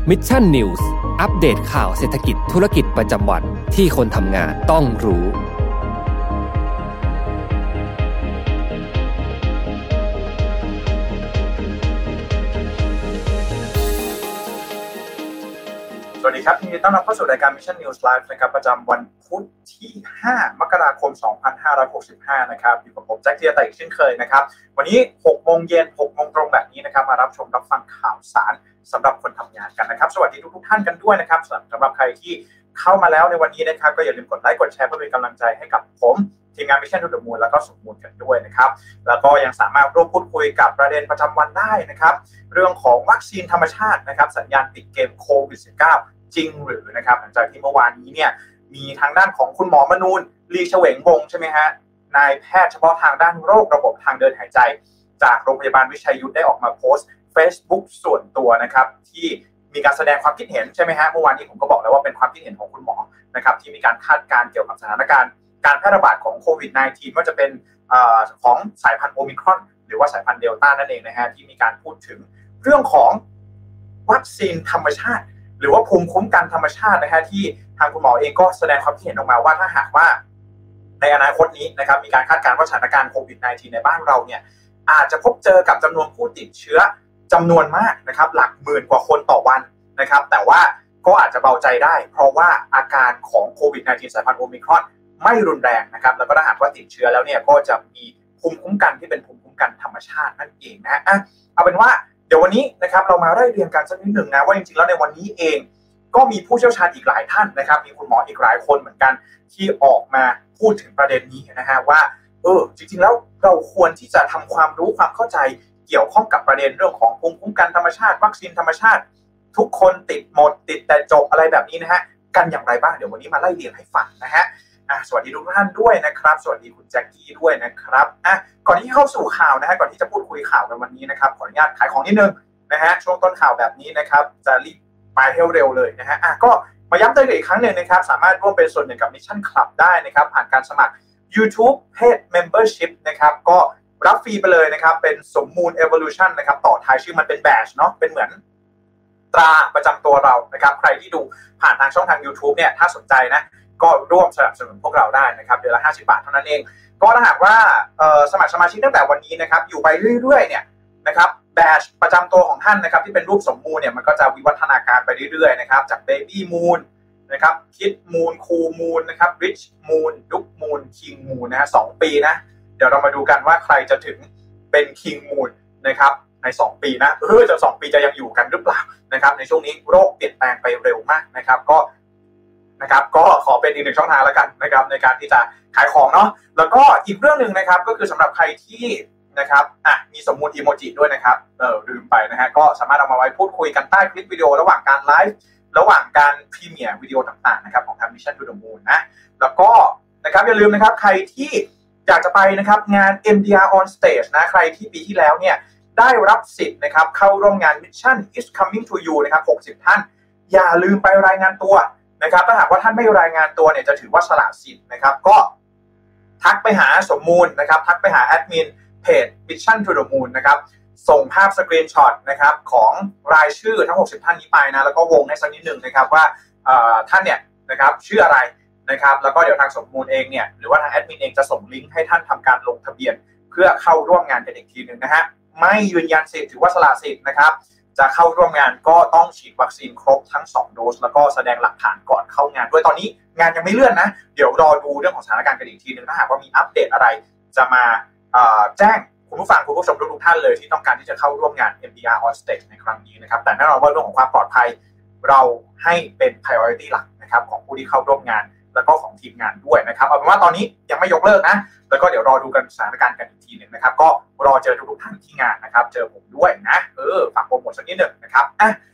Mission News อัปเดตข่าวเศรษฐกิจธุรกิจประจำวันที่คนทำงานต้องรู้สวัสดีครับยินดีต้อนรับเข้าสู่รายการ Mission News Live นะครับประจำวันพุธที่5มกราคม2565นะครับอยู่กับผมแจ็คเทียร์แต่อีกเช่นเคยนะครับวันนี้ 6:00 น 6:00 นตรงแบบนี้นะครับมารับชมรับฟังข่าวสารสำหรับคนทำงานกันนะครับสวัสดีทุกท่านกันด้วยนะครับสำหรับใครที่เข้ามาแล้วในวันนี้นะครับก็อย่าลืมกดไลค์กดแชร์เพื่อเป็นกำลังใจให้กับผมทีมงาน Mission to the Moon แล้วก็สมมูลกันด้วยนะครับแล้วก็ยังสามารถร่วมพูดคุยกับประเด็นประจำวันได้นะครับเรื่องของวัคซีนธรรมชาตินะครับสัญญาณปิดเกมโควิด -19 จริงหรือนะครับหลังจากที่เมื่อวานนี้เนี่ยมีทางด้านของคุณหมอมนูนลีเฉวงวงศ์ใช่ไหมฮะนายแพทย์เฉพาะทางด้านโรคระบบทางเดินหายใจจากโรงพยาบาลวิชัยยุทธได้ออกมาโพสต์ Facebook ส่วนตัวนะครับที่มีการแสดงความคิดเห็นใช่ไหมฮะเมื่อวานนี้ผมก็บอกแล้วว่าเป็นความคิดเห็นของคุณหมอนะครับที่มีการคาดการณ์เกี่ยวกับสถานการณ์การแพร่ระบาดของโควิด -19 ว่าจะเป็นของสายพันธุ์โอมิครอนหรือว่าสายพันธุ์เดลต้านั่นเองนะฮะที่มีการพูดถึงเรื่องของวัคซีนธรรมชาติหรือว่าภูมิคุ้มกันธรรมชาตินะฮะที่ทางคุณหมอเองก็แสดงความคิดเห็นออกมาว่าถ้าหากว่าในอนาคตนี้นะครับมีการคาดการณ์ว่าสถานการณ์โควิด -19 ในบ้านเราเนี่ยอาจจะพบเจอกับจำนวนผู้ติดเชื้อจำนวนมากนะครับหลักหมื่นกว่าคนต่อวันนะครับแต่ว่าก็อาจจะเบาใจได้เพราะว่าอาการของโควิด -19 สายพันธุ์โอมิครอนไม่รุนแรงนะครับแล้วก็ถ้าหากว่าติดเชื้อแล้วเนี่ยก็จะมีภูมิคุ้มกันที่เป็นภูมิคุ้มกันธรรมชาตินั่นเองนะเอาเป็นว่าเดี๋ยววันนี้นะครับเรามาไล่เรียงกันสักนิดหนึ่งนะว่าจริงๆแล้วในวันนี้เองก็มีผู้เชี่ยวชาญอีกหลายท่านนะครับมีคุณหมออีกหลายคนเหมือนกันที่ออกมาพูดถึงประเด็นนี้นะฮะว่าจริงๆแล้วเราควรที่จะทำความรู้ความเข้าใจเกี่ยวข้องกับประเด็นเรื่องของภูมิคุ้มกันธรรมชาติวัคซีนธรรมชาติทุกคนติดหมดติดแต่จบอะไรแบบนี้นะฮะกันอย่างไรบ้างเดี๋ยววันนี้มาไล่เรียงให้ฟังนะฮะสวัสดีทุกท่านด้วยนะครับสวัสดีคุณแจ็คกี้ด้วยนะครับก่อนที่เข้าสู่ข่าวนะฮะก่อนที่จะพูดคุยข่าวกันวันนี้นะครับขออนุญาตขายของนิดนึงนะฮะช่วงต้นข่าวแบบนี้นะครับจะรีบไปให้เร็วเลยนะฮะก็มาย้ำเตือนอีกครั้งหนึ่งนะครับสามารถร่วมเป็นส่วนหนึ่งกับ Mission Club ได้นะครับผ่านการสมัคร YouTube Paid Membership นะครับก็รับฟรีไปเลยนะครับเป็นสมมูล Evolution นะครับต่อท้ายชื่อมันเป็นแบดจ์เนาะเป็นเหมือนตราประจำตัวเรานะครับใครที่ดูผ่านทางช่องทาง YouTube เนี่ยถ้าสนใจนะก็ร่วมสนับสนุนพวกเราได้นะครับเดือนละ50 บาทเท่านั้นเองก็ถ้าหากว่าสมัครสมาชิกตั้งแต่วันนี้นะครับอยู่ไปเรื่อยๆเนี่ยนะครับแบดจ์ประจำตัวของท่านนะครับที่เป็นรูปสมมูลเนี่ยมันก็จะวิวัฒนาการไปเรื่อยๆนะครับจาก Baby Moon นะครับ Kid Moon Cool Moon นะครับ Rich Moon Duck Moon King Moon นะฮะ2 ปีนะเดี๋ยวเรามาดูกันว่าใครจะถึงเป็น King Moon นะครับใน2 ปีนะจะ2 ปีจะยังอยู่กันหรือเปล่านะครับในช่วงนี้โรคเปลี่ยนแปลงไปเร็วมากนะครับก็ขอเป็นอีกหนึ่งช่องทางแล้วกันนะครับในการที่จะขายของเนาะแล้วก็อีกเรื่องนึงนะครับก็คือสำหรับใครที่นะครับมีสมมูลอีโมจิด้วยนะครับลืมไปนะฮะก็สามารถเอามาไว้พูดคุยกันใต้คลิปวิดีโอระหว่างการไลฟ์ระหว่างการพรีเมียร์วิดีโอต่างๆนะครับของทาง Mission to the Moon นะแล้วก็นะครับอย่าลืมนะครับใครที่อยากจะไปนะครับงาน MDR on Stage นะใครที่ปีที่แล้วเนี่ยได้รับสิทธิ์นะครับเข้าร่วมงาน Mission is coming to you นะครับ60 ท่านอย่าลืมไปรายงานตัวนะครับถ้าหากว่าท่านไม่รายงานตัวเนี่ยจะถือว่าสละสิทธิ์นะครับก็ทักไปหาสมมูลนะครับทักไปหาแอดมินเพจ Mission to the Moon นะครับส่งภาพสกรีนช็อตนะครับของรายชื่อทั้ง60 ท่านนี้ไปนะแล้วก็วงให้สักนิดนึงนะครับว่าท่านเนี่ยนะครับชื่ออะไรนะครับแล้วก็เดี๋ยวทางสมมูลเองเนี่ยหรือว่าทางแอดมินเองจะส่งลิงก์ให้ท่านทำการลงทะเบียนเพื่อเข้าร่วมงานกันอีกทีนึงนะฮะไม่ยืนยันสิทธิ์ถือว่าสละสิทธิ์นะครับจะเข้าร่วมงานก็ต้องฉีดวัคซีนครบทั้ง2 โดสแล้วก็แสดงหลักฐานก่อนเข้างานด้วยตอนนี้งานยังไม่เลื่อนนะเดี๋ยวรอดูเรื่องของสถานการณ์กันอีกทีนึงถ้าหากว่ามีอัปเดตอะไรจะมาแจ้งคุณผู้ฟังคุณผู้ชมทุกท่านเลยที่ต้องการที่จะเข้าร่วมงาน MDR on Stage ในครั้งนี้นะครับแต่แน่นอนว่าเรื่องของความปลอดภัยเราให้เป็น priority หลักนะครับของผู้ที่เข้าร่วมงานแล้วก็ของทีมงานด้วยนะครับเอาเป็นว่าตอนนี้ยังไม่ยกเลิกนะแล้วก็เดี๋ยวรอดูกันสถานการณ์กันอีกทีนึงนะครับก็รอเจอทุกท่านที่งานนะครับเจอผมด้วยนะฝากโปรโมทสักนิดนึงนะครับ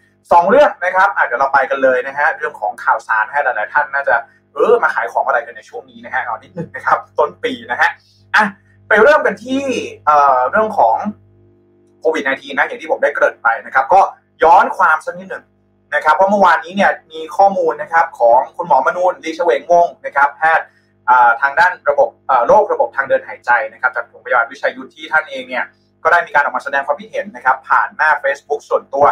2 เรื่องนะครับเดี๋ยวเราไปกันเลยนะฮะเรื่องของข่าวสารให้หลายๆท่านน่าจะมาขายของอะไรกันในช่วงนี้นะฮะเอานิดนึงนะครับต้นปีนะฮะไปเริ่มกันที่เรื่องของโควิด -19 นะอย่างที่ผมได้เกริ่นไปนะครับก็ย้อนความสักนิดนึงนะครับเพราะเมื่อวานนี้เนี่ยมีข้อมูลนะครับของคุณหมอมนูนลีเฉวงวงศ์นะครับแพทย์ทางด้านระบบโรคระบบทางเดินหายใจนะครับจากโรงพยาบาลวิชัยยุทธที่ท่านเองเนี่ยก็ได้มีการออกมาแสดงความคิดเห็นนะครับผ่านหน้า Facebook ส่วนตัว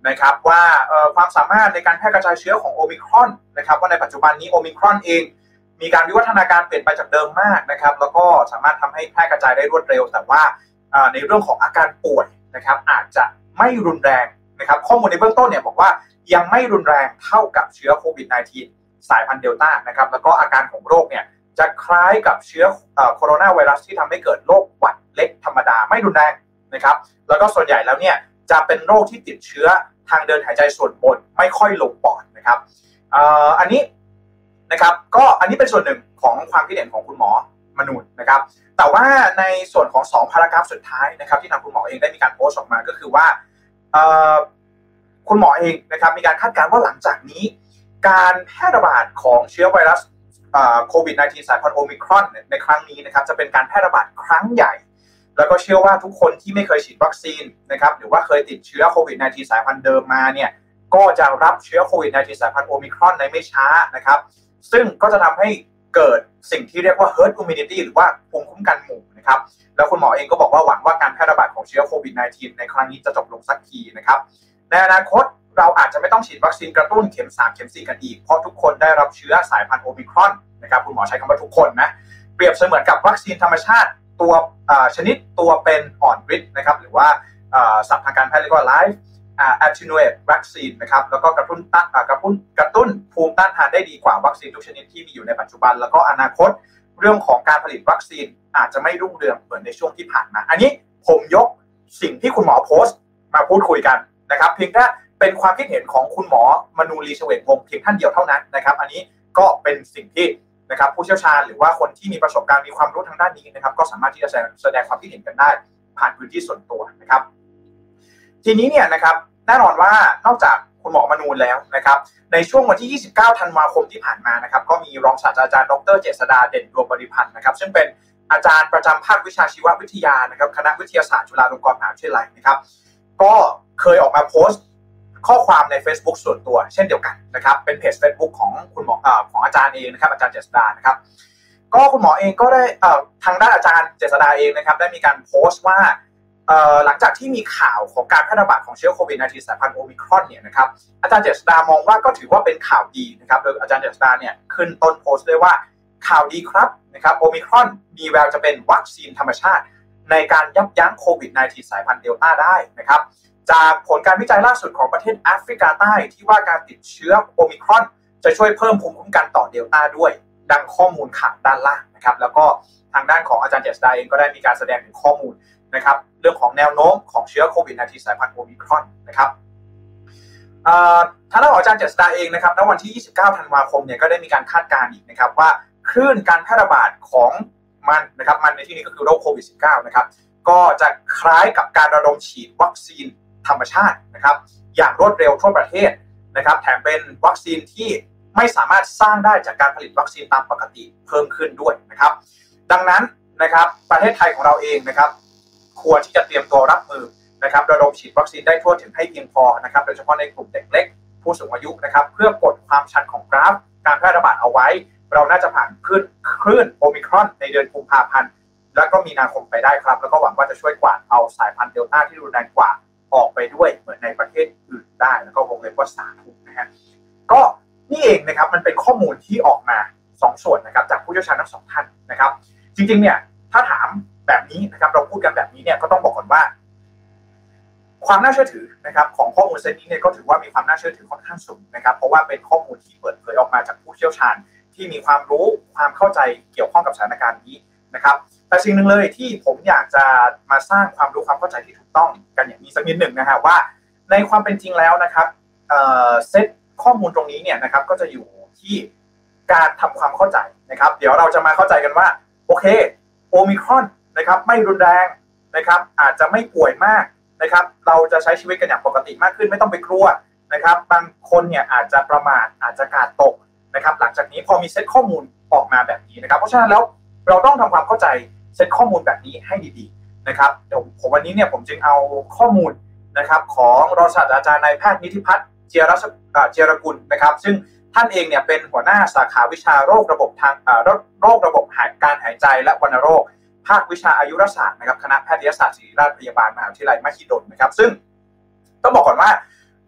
นะครับว่าความสามารถในการแพร่กระจายเชื้อของโอมิครอนนะครับว่าในปัจจุบันนี้โอมิครอนเองมีการวิวัฒนาการเปลี่ยนไปจากเดิมมากนะครับแล้วก็สามารถทำให้แพร่กระจายได้รวดเร็วแต่ว่าในเรื่องของอาการป่วยนะครับอาจจะไม่รุนแรงนะครับข้อมูลในเบื้องต้นเนี่ยบอกว่ายังไม่รุนแรงเท่ากับเชื้อโควิด -19 สายพันธุ์เดลต้านะครับแล้วก็อาการของโรคเนี่ยจะคล้ายกับเชื้อโคโรนาไวรัสที่ทำให้เกิดโรคหวัดเล็กธรรมดาไม่รุนแรงนะครับแล้วก็ส่วนใหญ่แล้วเนี่ยจะเป็นโรคที่ติดเชื้อทางเดินหายใจส่วนบนไม่ค่อยลงปอดนะครับอันนี้นะครับก็อันนี้เป็นส่วนหนึ่งของความคิดเห็นของคุณหมอมนูนนะครับแต่ว่าในส่วนของ2พารากราฟสุดท้ายนะครับที่ทางคุณหมอเองได้มีการโพสต์ออกมาก็คือว่าคุณหมอเองนะครับมีการคาดการณ์ว่าหลังจากนี้การแพร่ระบาดของเชื้อไวรัสโควิด -19 สายพันธุ์โอมิครอนในครั้งนี้นะครับจะเป็นการแพร่ระบาดครั้งใหญ่แล้วก็เชื่อว่าทุกคนที่ไม่เคยฉีดวัคซีนนะครับหรือว่าเคยติดเชื้อโควิด -19 สายพันธุ์เดิมมาเนี่ยก็จะรับเชื้อโควิด -19 สายพันธุ์โอมิครอนในไม่ช้านะครับซึ่งก็จะทำให้เกิดสิ่งที่เรียกว่า herd immunity หรือว่าภูมิคุ้มกันหมู่นะครับแล้วคุณหมอเองก็บอกว่าหวังว่าการแพร่ระบาดของเชื้อโควิด -19 ในครั้งนี้จะจบลงสักทีนะครับในอนาคตเราอาจจะไม่ต้องฉีดวัคซีนกระตุ้นเข็ม3เข็ม4กันอีกเพราะทุกคนได้รับเชื้อสายพันธุ์โอมิครอนนะครับคุณหมอใช้คำว่าทุกคนนะเปรียบเสมือนกับวัคซีนธรรมชาติตัวชนิดตัวเป็นอ่อนฤทธิ์นะครับหรือว่าศัพท์ทางการแพทย์เรียกว่า live attenuate vaccine นะครับแล้วก็กระตุ้นภูมิต้านทานได้ดีกว่าวัคซีนทุกชนิดที่มีอยู่ในปัจจุบันแล้วก็อนาคตเรื่องของการผลิตวัคซีนอาจจะไม่รุ่งเรืองเหมือนในช่วงที่ผ่านมาอันนี้ผมยกสิ่งที่คุณหมอโพสต์มาพูดคุยกันนะครับเพียงแค่เป็นความคิดเห็นของคุณหมอมนูลีเฉวตวงศ์เพียงท่านเดียวเท่านั้นนะครับอันนี้ก็เป็นสิ่งที่นะครับผู้เชี่ยวชาญหรือว่าคนที่มีประสบการณ์มีความรู้ทางด้านนี้นะครับก็สามารถที่จะแสดงความคิดเห็นกันได้ผ่านพื้นที่ส่วนตัวนะครับทีนี้เนี่ยนะครับแน่นอนว่านอกจากคุณหมอมนูนแล้วนะครับในช่วงวันที่29ธันวาคมที่ผ่านมานะครับก็มีรองศาสตราจารย์ดร.เจษฎาเด่นดวงบริพันธ์นะครับซึ่งเป็นอาจารย์ประจำภาควิชาชีววิทยานะครับคณะวิทยาศาสตร์จุฬาลงกรณ์มหาวิทยาลัยนะครับก็เคยออกมาโพสต์ข้อความใน Facebook ส่วนตัวเช่นเดียวกันนะครับเป็นเพจ Facebook ของคุณหมอของอาจารย์เองนะครับอาจารย์เจษฎานะครับก็คุณหมอเองก็ได้ทางด้านอาจารย์เจษฎาเองนะครับได้มีการโพสต์ว่าหลังจากที่มีข่าวของการแพร่ระบาดของเชื้อโควิด -19 สายพันธุ์โอมิครอนเนี่ยนะครับอาจารย์เจษฎามองว่าก็ถือว่าเป็นข่าวดีนะครับโดยอาจารย์เจษฎาเนี่ยขึ้นต้นโพสต์ด้วยว่าข่าวดีครับนะครับโอมิครอนมีแววจะเป็นวัคซีนธรรมชาติในการยับยั้งโควิด -19 สายพันธุ์เดลต้าได้นะครับจากผลการวิจัยล่าสุดของประเทศแอฟริกาใต้ที่ว่าการติดเชื้อโอมิครอนจะช่วยเพิ่มภูมิคุ้มกันต่อเดลต้าด้วยดังข้อมูลข่าวด้านล่างนะครับแล้วก็ทางด้านของอาจารย์เจษฎาเองก็ได้มีการแสดงถึงข้อมูลนะครับเรื่องของแนวโน้มของเชื้อโควิด -19 สายพันธุ์โอมิครอนนะครับทางด้านของอาจารย์เจษฎาเองนะครับณวันที่29ธันวาคมเนี่ยก็ได้มีการคาดการณ์อีกนะครับว่าคลื่นการแพร่ระบาดของมันนะครับมันในที่นี้ก็คือโรคโควิด -19 นะครับก็จะคล้ายกับการระดมฉีดวัคซีนธรรมชาตินะครับอย่างรวดเร็วทั่วประเทศนะครับแถมเป็นวัคซีนที่ไม่สามารถสร้างได้จากการผลิตวัคซีนตามปกติเพิ่มขึ้นด้วยนะครับดังนั้นนะครับประเทศไทยของเราเองนะครับควรที่จะเตรียมตัวรับมือนะครับระดมฉีดวัคซีนได้ทั่วถึงให้เพียงพอนะครับโดยเฉพาะในกลุ่มเด็กเล็กผู้สูงอายุนะครับเพื่อกดความชันของกราฟการแพร่ระบาดเอาไว้เราน่าจะผ่านคลื่นโอมิครอนในเดือนกุมภาพันธ์แล้วก็มีนาคมไปได้ครับแล้วก็หวังว่าจะช่วยกวาดเอาสายพันธุ์เดลต้าที่รุนแรงกว่าออกไปด้วยเหมือนในประเทศอื่นได้แล้วก็วงเล็บว่าสาธุนะฮะก็นี่เองนะครับมันเป็นข้อมูลที่ออกมา2ส่วนนะครับจากผู้เชี่ยวชาญทั้ง2ท่านนะครับจริงๆเนี่ยถ้าถามแบบนี้นะครับเราพูดกันแบบนี้เนี่ยก็ต้องบอกก่อนว่าความน่าเชื่อถือนะครับของข้อมูลเซตนี้เนี่ยก็ถือว่ามีความน่าเชื่อถือค่อนข้างสูงนะครับเพราะว่าเป็นข้อมูลที่เปิดเผยออกมาจากผู้เชี่ยวชาญที่มีความรู้ความเข้าใจเกี่ยวข้องกับสถานการณ์นี้นะครับแต่สิ่งหนึ่งเลยที่ผมอยากจะมาสร้างความรู้ความเข้าใจที่ถูกต้องกันอย่างนี้สักนิดหนึ่งนะฮะว่าในความเป็นจริงแล้วนะครับเซตข้อมูลตรงนี้เนี่ยนะครับก็จะอยู่ที่การทำความเข้าใจนะครับเดี๋ยวเราจะมาเข้าใจกันว่าโอเคโอมิครอนนะครับไม่รุนแรงนะครับอาจจะไม่ป่วยมากนะครับเราจะใช้ชีวิตกันอย่างปกติมากขึ้นไม่ต้องไปกลัวนะครับบางคนเนี่ยอาจจะประมาทอาจจะกาดตกนะครับหลังจากนี้พอมีเซตข้อมูลออกมาแบบนี้นะครับเพราะฉะนั้นแล้วเราต้องทำความเข้าใจเซตข้อมูลแบบนี้ให้ดีๆนะครับเดี๋ยววันนี้เนี่ยผมจึงเอาข้อมูลนะครับของรองศาสตราจารย์นายแพทย์นิติพัฒน์เจียรกุลนะครับซึ่งท่านเองเนี่ยเป็นหัวหน้าสาขาวิชาโรคระบบการหายใจและวัณโรคภาควิชาอายุรศาสตร์นะครับคณะแพทยศาสตร์ศิริราชพยาบาลมหาวิทยาลัยมหิดลนะครับซึ่งต้องบอกก่อนว่าคุ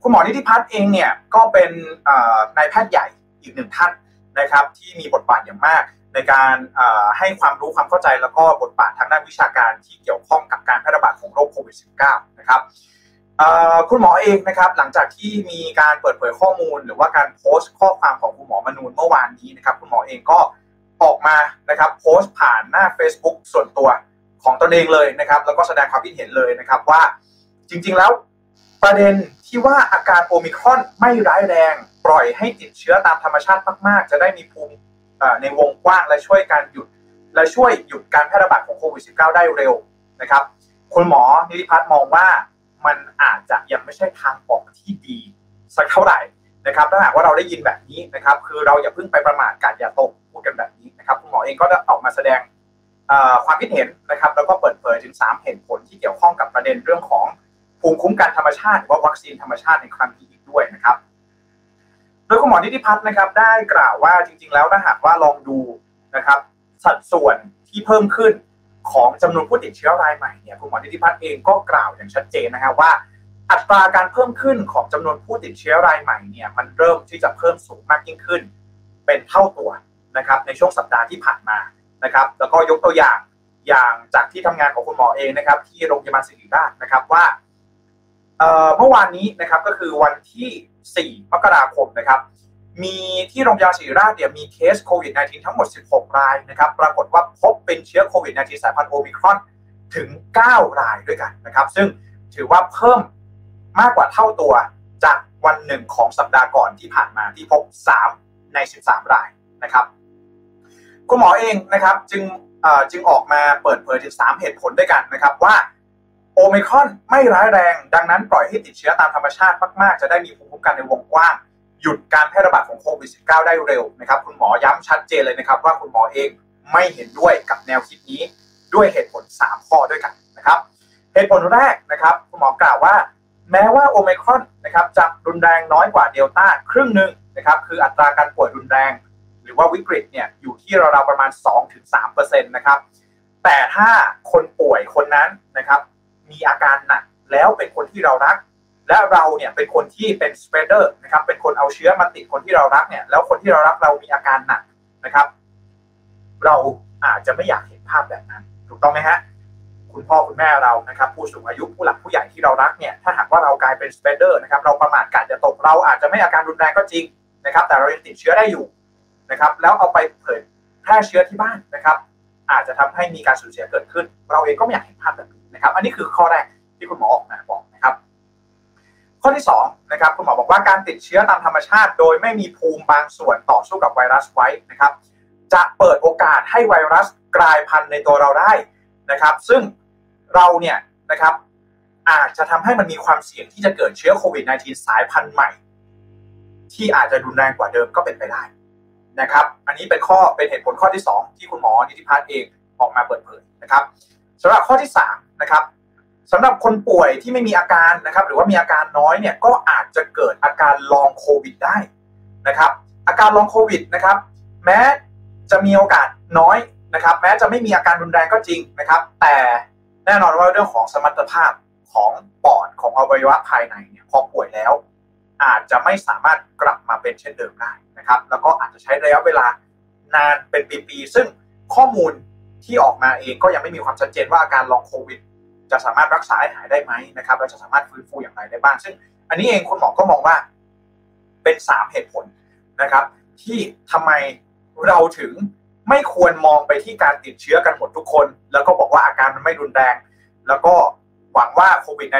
คุณหมอนิติพัฒน์เองเนี่ยก็เป็นนายแพทย์ใหญ่อีกหนึ่งท่านนะครับที่มีบทบาทอย่างมากในการให้ความรู้ความเข้าใจแล้วก็บทบาททางด้านวิชาการที่เกี่ยวข้องกับการแพร่ระบาดของโรคโควิด -19 นะครับคุณหมอเองนะครับหลังจากที่มีการเปิดเผยข้อมูลหรือว่าการโพสต์ข้อความของคุณหมอมนูนเมื่อวานนี้นะครับคุณหมอเองก็ออกมานะครับโพสต์ผ่านหน้า Facebook ส่วนตัวของตนเองเลยนะครับแล้วก็แสดงความคิดเห็นเลยนะครับว่าจริงๆแล้วประเด็นที่ว่าอาการโอมิครอนไม่ร้ายแรงปล่อยให้ติดเชื้อตามธรรมชาติมากๆจะได้มีภูมิในวงกว้างและช่วยหยุดการแพร่ระบาดของโควิด -19 ได้เร็วนะครับคุณหมอนิติพัฒน์มองว่ามันอาจจะยังไม่ใช่ทางออกที่ดีสักเท่าไหร่นะครับถ้าหากว่าเราได้ยินแบบนี้นะครับคือเราอย่าเพิ่งไปประมาทกาดอย่าตกพูดกันแบบนี้นะครับคุณหมอเองก็ได้ออกมาแสดงความคิดเห็นนะครับแล้วก็เปิดเผยถึง3เหตุผลที่เกี่ยวข้องกับประเด็นเรื่องของภูมิคุ้มกันธรรมชาติหรือว่าวัคซีนธรรมชาติในครั้งนี้อีกด้วยนะครับโดยคุณหมอนิติพัฒน์นะครับได้กล่าวว่าจริงๆแล้วถ้าหากว่าลองดูนะครับสัดส่วนที่เพิ่มขึ้นของจำนวนผู้ติดเชื้อรายใหม่เนี่ยคุณหมอนิติพัฒน์เองก็กล่าวอย่างชัดเจนนะครับว่าอัตราการเพิ่มขึ้นของจำนวนผู้ติดเชื้อรายใหม่เนี่ยมันเริ่มที่จะเพิ่มสูงมากยิ่งขึ้นเป็นเท่าตัวนะครับในช่วงสัปดาห์ที่ผ่านมานะครับแล้วก็ยกตัวอย่างจากที่ทำงานของคุณหมอเองนะครับที่โรงพยาบาลศิริราชนะครับว่าเมื่อวานนี้นะครับก็คือวันที่4มกราคมนะครับมีที่โรงพยาบาลศิริราชเนี่ยมีเคสโควิด -19 ทั้งหมด16รายนะครับปรากฏว่าพบเป็นเชื้อโควิด -19 สายพันธุ์โอมิครอนถึง9รายด้วยกันนะครับซึ่งถือว่าเพิ่มมากกว่าเท่าตัวจากวันหนึ่งของสัปดาห์ก่อนที่ผ่านมาที่พบ3ใน13รายนะครับคุณหมอเองนะครับจึงออกมาเปิดเผยถึง3เหตุผลด้วยกันนะครับว่าโอมิครอนไม่ร้ายแรงดังนั้นปล่อยให้ติดเชื้อตามธรรมชาติมากๆจะได้มีภูมิคุ้มกันในวงกว้างหยุดการแพร่ระบาดของโควิด -19 ได้เร็วนะครับคุณหมอย้ำชัดเจนเลยนะครับว่าคุณหมอเองไม่เห็นด้วยกับแนวคิดนี้ด้วยเหตุผล3ข้อด้วยกันนะครับเหตุผลแรกนะครับคุณหมอกล่าวว่าแม้ว่าโอมิครอนนะครับจะรุนแรงน้อยกว่าเดลต้าครึ่งนึงนะครับคืออัตราการป่วยรุนแรงหรือว่าวิกฤตเนี่ยอยู่ที่ราวๆประมาณ 2-3% นะครับแต่ถ้าคนป่วยคนนั้นนะครับมีอาการหนักแล้วเป็นคนที่เรารักและเราเนี่ยเป็นคนที่เป็นสเปรเดอร์นะครับเป็นคนเอาเชื้อมาติดคนที่เรารักเนี่ยแล้วคนที่เรารักเรามีอาการหนักนะครับเราอาจจะไม่อยากเห็นภาพแบบนั้นถูกต้องไหมฮะคุณพ่อคุณแม่เรานะครับผู้สูงอายุผู้หลักผู้ใหญ่ที่เรารักเนี่ยถ้าหากว่าเรากลายเป็นสเปรเดอร์นะครับเราประมาทกาดอย่าตกเราอาจจะไม่อาการรุนแรงก็จริงนะครับแต่เรายังติดเชื้อได้อยู่นะครับแล้วเอาไปเผยแพร่เชื้อที่บ้านนะครับอาจจะทำให้มีการสูญเสียเกิดขึ้นเราเองก็ไม่อยากเห็นภาพแบบนี้นะครับอันนี้คือข้อแรกที่คุณหมอออกมาบอกนะครับข้อที่2นะครับคุณหมอบอกว่าการติดเชื้อตามธรรมชาติโดยไม่มีภูมิบางส่วนต่อสู้กับไวรัสไว้นะครับจะเปิดโอกาสให้ไวรัสกลายพันธุ์ในตัวเราได้นะครับซึ่งเราเนี่ยนะครับอาจจะทำให้มันมีความเสี่ยงที่จะเกิดเชื้อโควิด -19 สายพันธุ์ใหม่ที่อาจจะรุนแรงกว่าเดิมก็เป็นไปได้นะครับอันนี้เป็นเหตุผลข้อที่2ที่คุณหมอนิติพัฒน์เองออกมาเปิดเผยนะครับสำหรับข้อที่3นะครับสำหรับคนป่วยที่ไม่มีอาการนะครับหรือว่ามีอาการน้อยเนี่ยก็อาจจะเกิดอาการลองโควิดได้นะครับอาการลองโควิดนะครับแม้จะมีโอกาสน้อยนะครับแม้จะไม่มีอาการรุนแรงก็จริงนะครับแต่แน่นอนว่าเรื่องของสมรรถภาพของปอดของอวัยวะภายในเนี่ยพอป่วยแล้วอาจจะไม่สามารถกลับมาเป็นเช่นเดิมได้นะครับแล้วก็อาจจะใช้ระยะเวลานานเป็นปีๆซึ่งข้อมูลที่ออกมาเองก็ยังไม่มีความชัดเจนว่าอาการลองโควิดจะสามารถรักษาให้หายได้ไหมนะครับและจะสามารถฟื้นฟูอย่างไรได้บ้างซึ่งอันนี้เองคุณหมอก็มองว่าเป็น3เหตุผลนะครับที่ทำไมเราถึงไม่ควรมองไปที่การติดเชื้อกันหมดทุกคนแล้วก็บอกว่าอาการมันไม่รุนแรงแล้วก็หวังว่าโควิด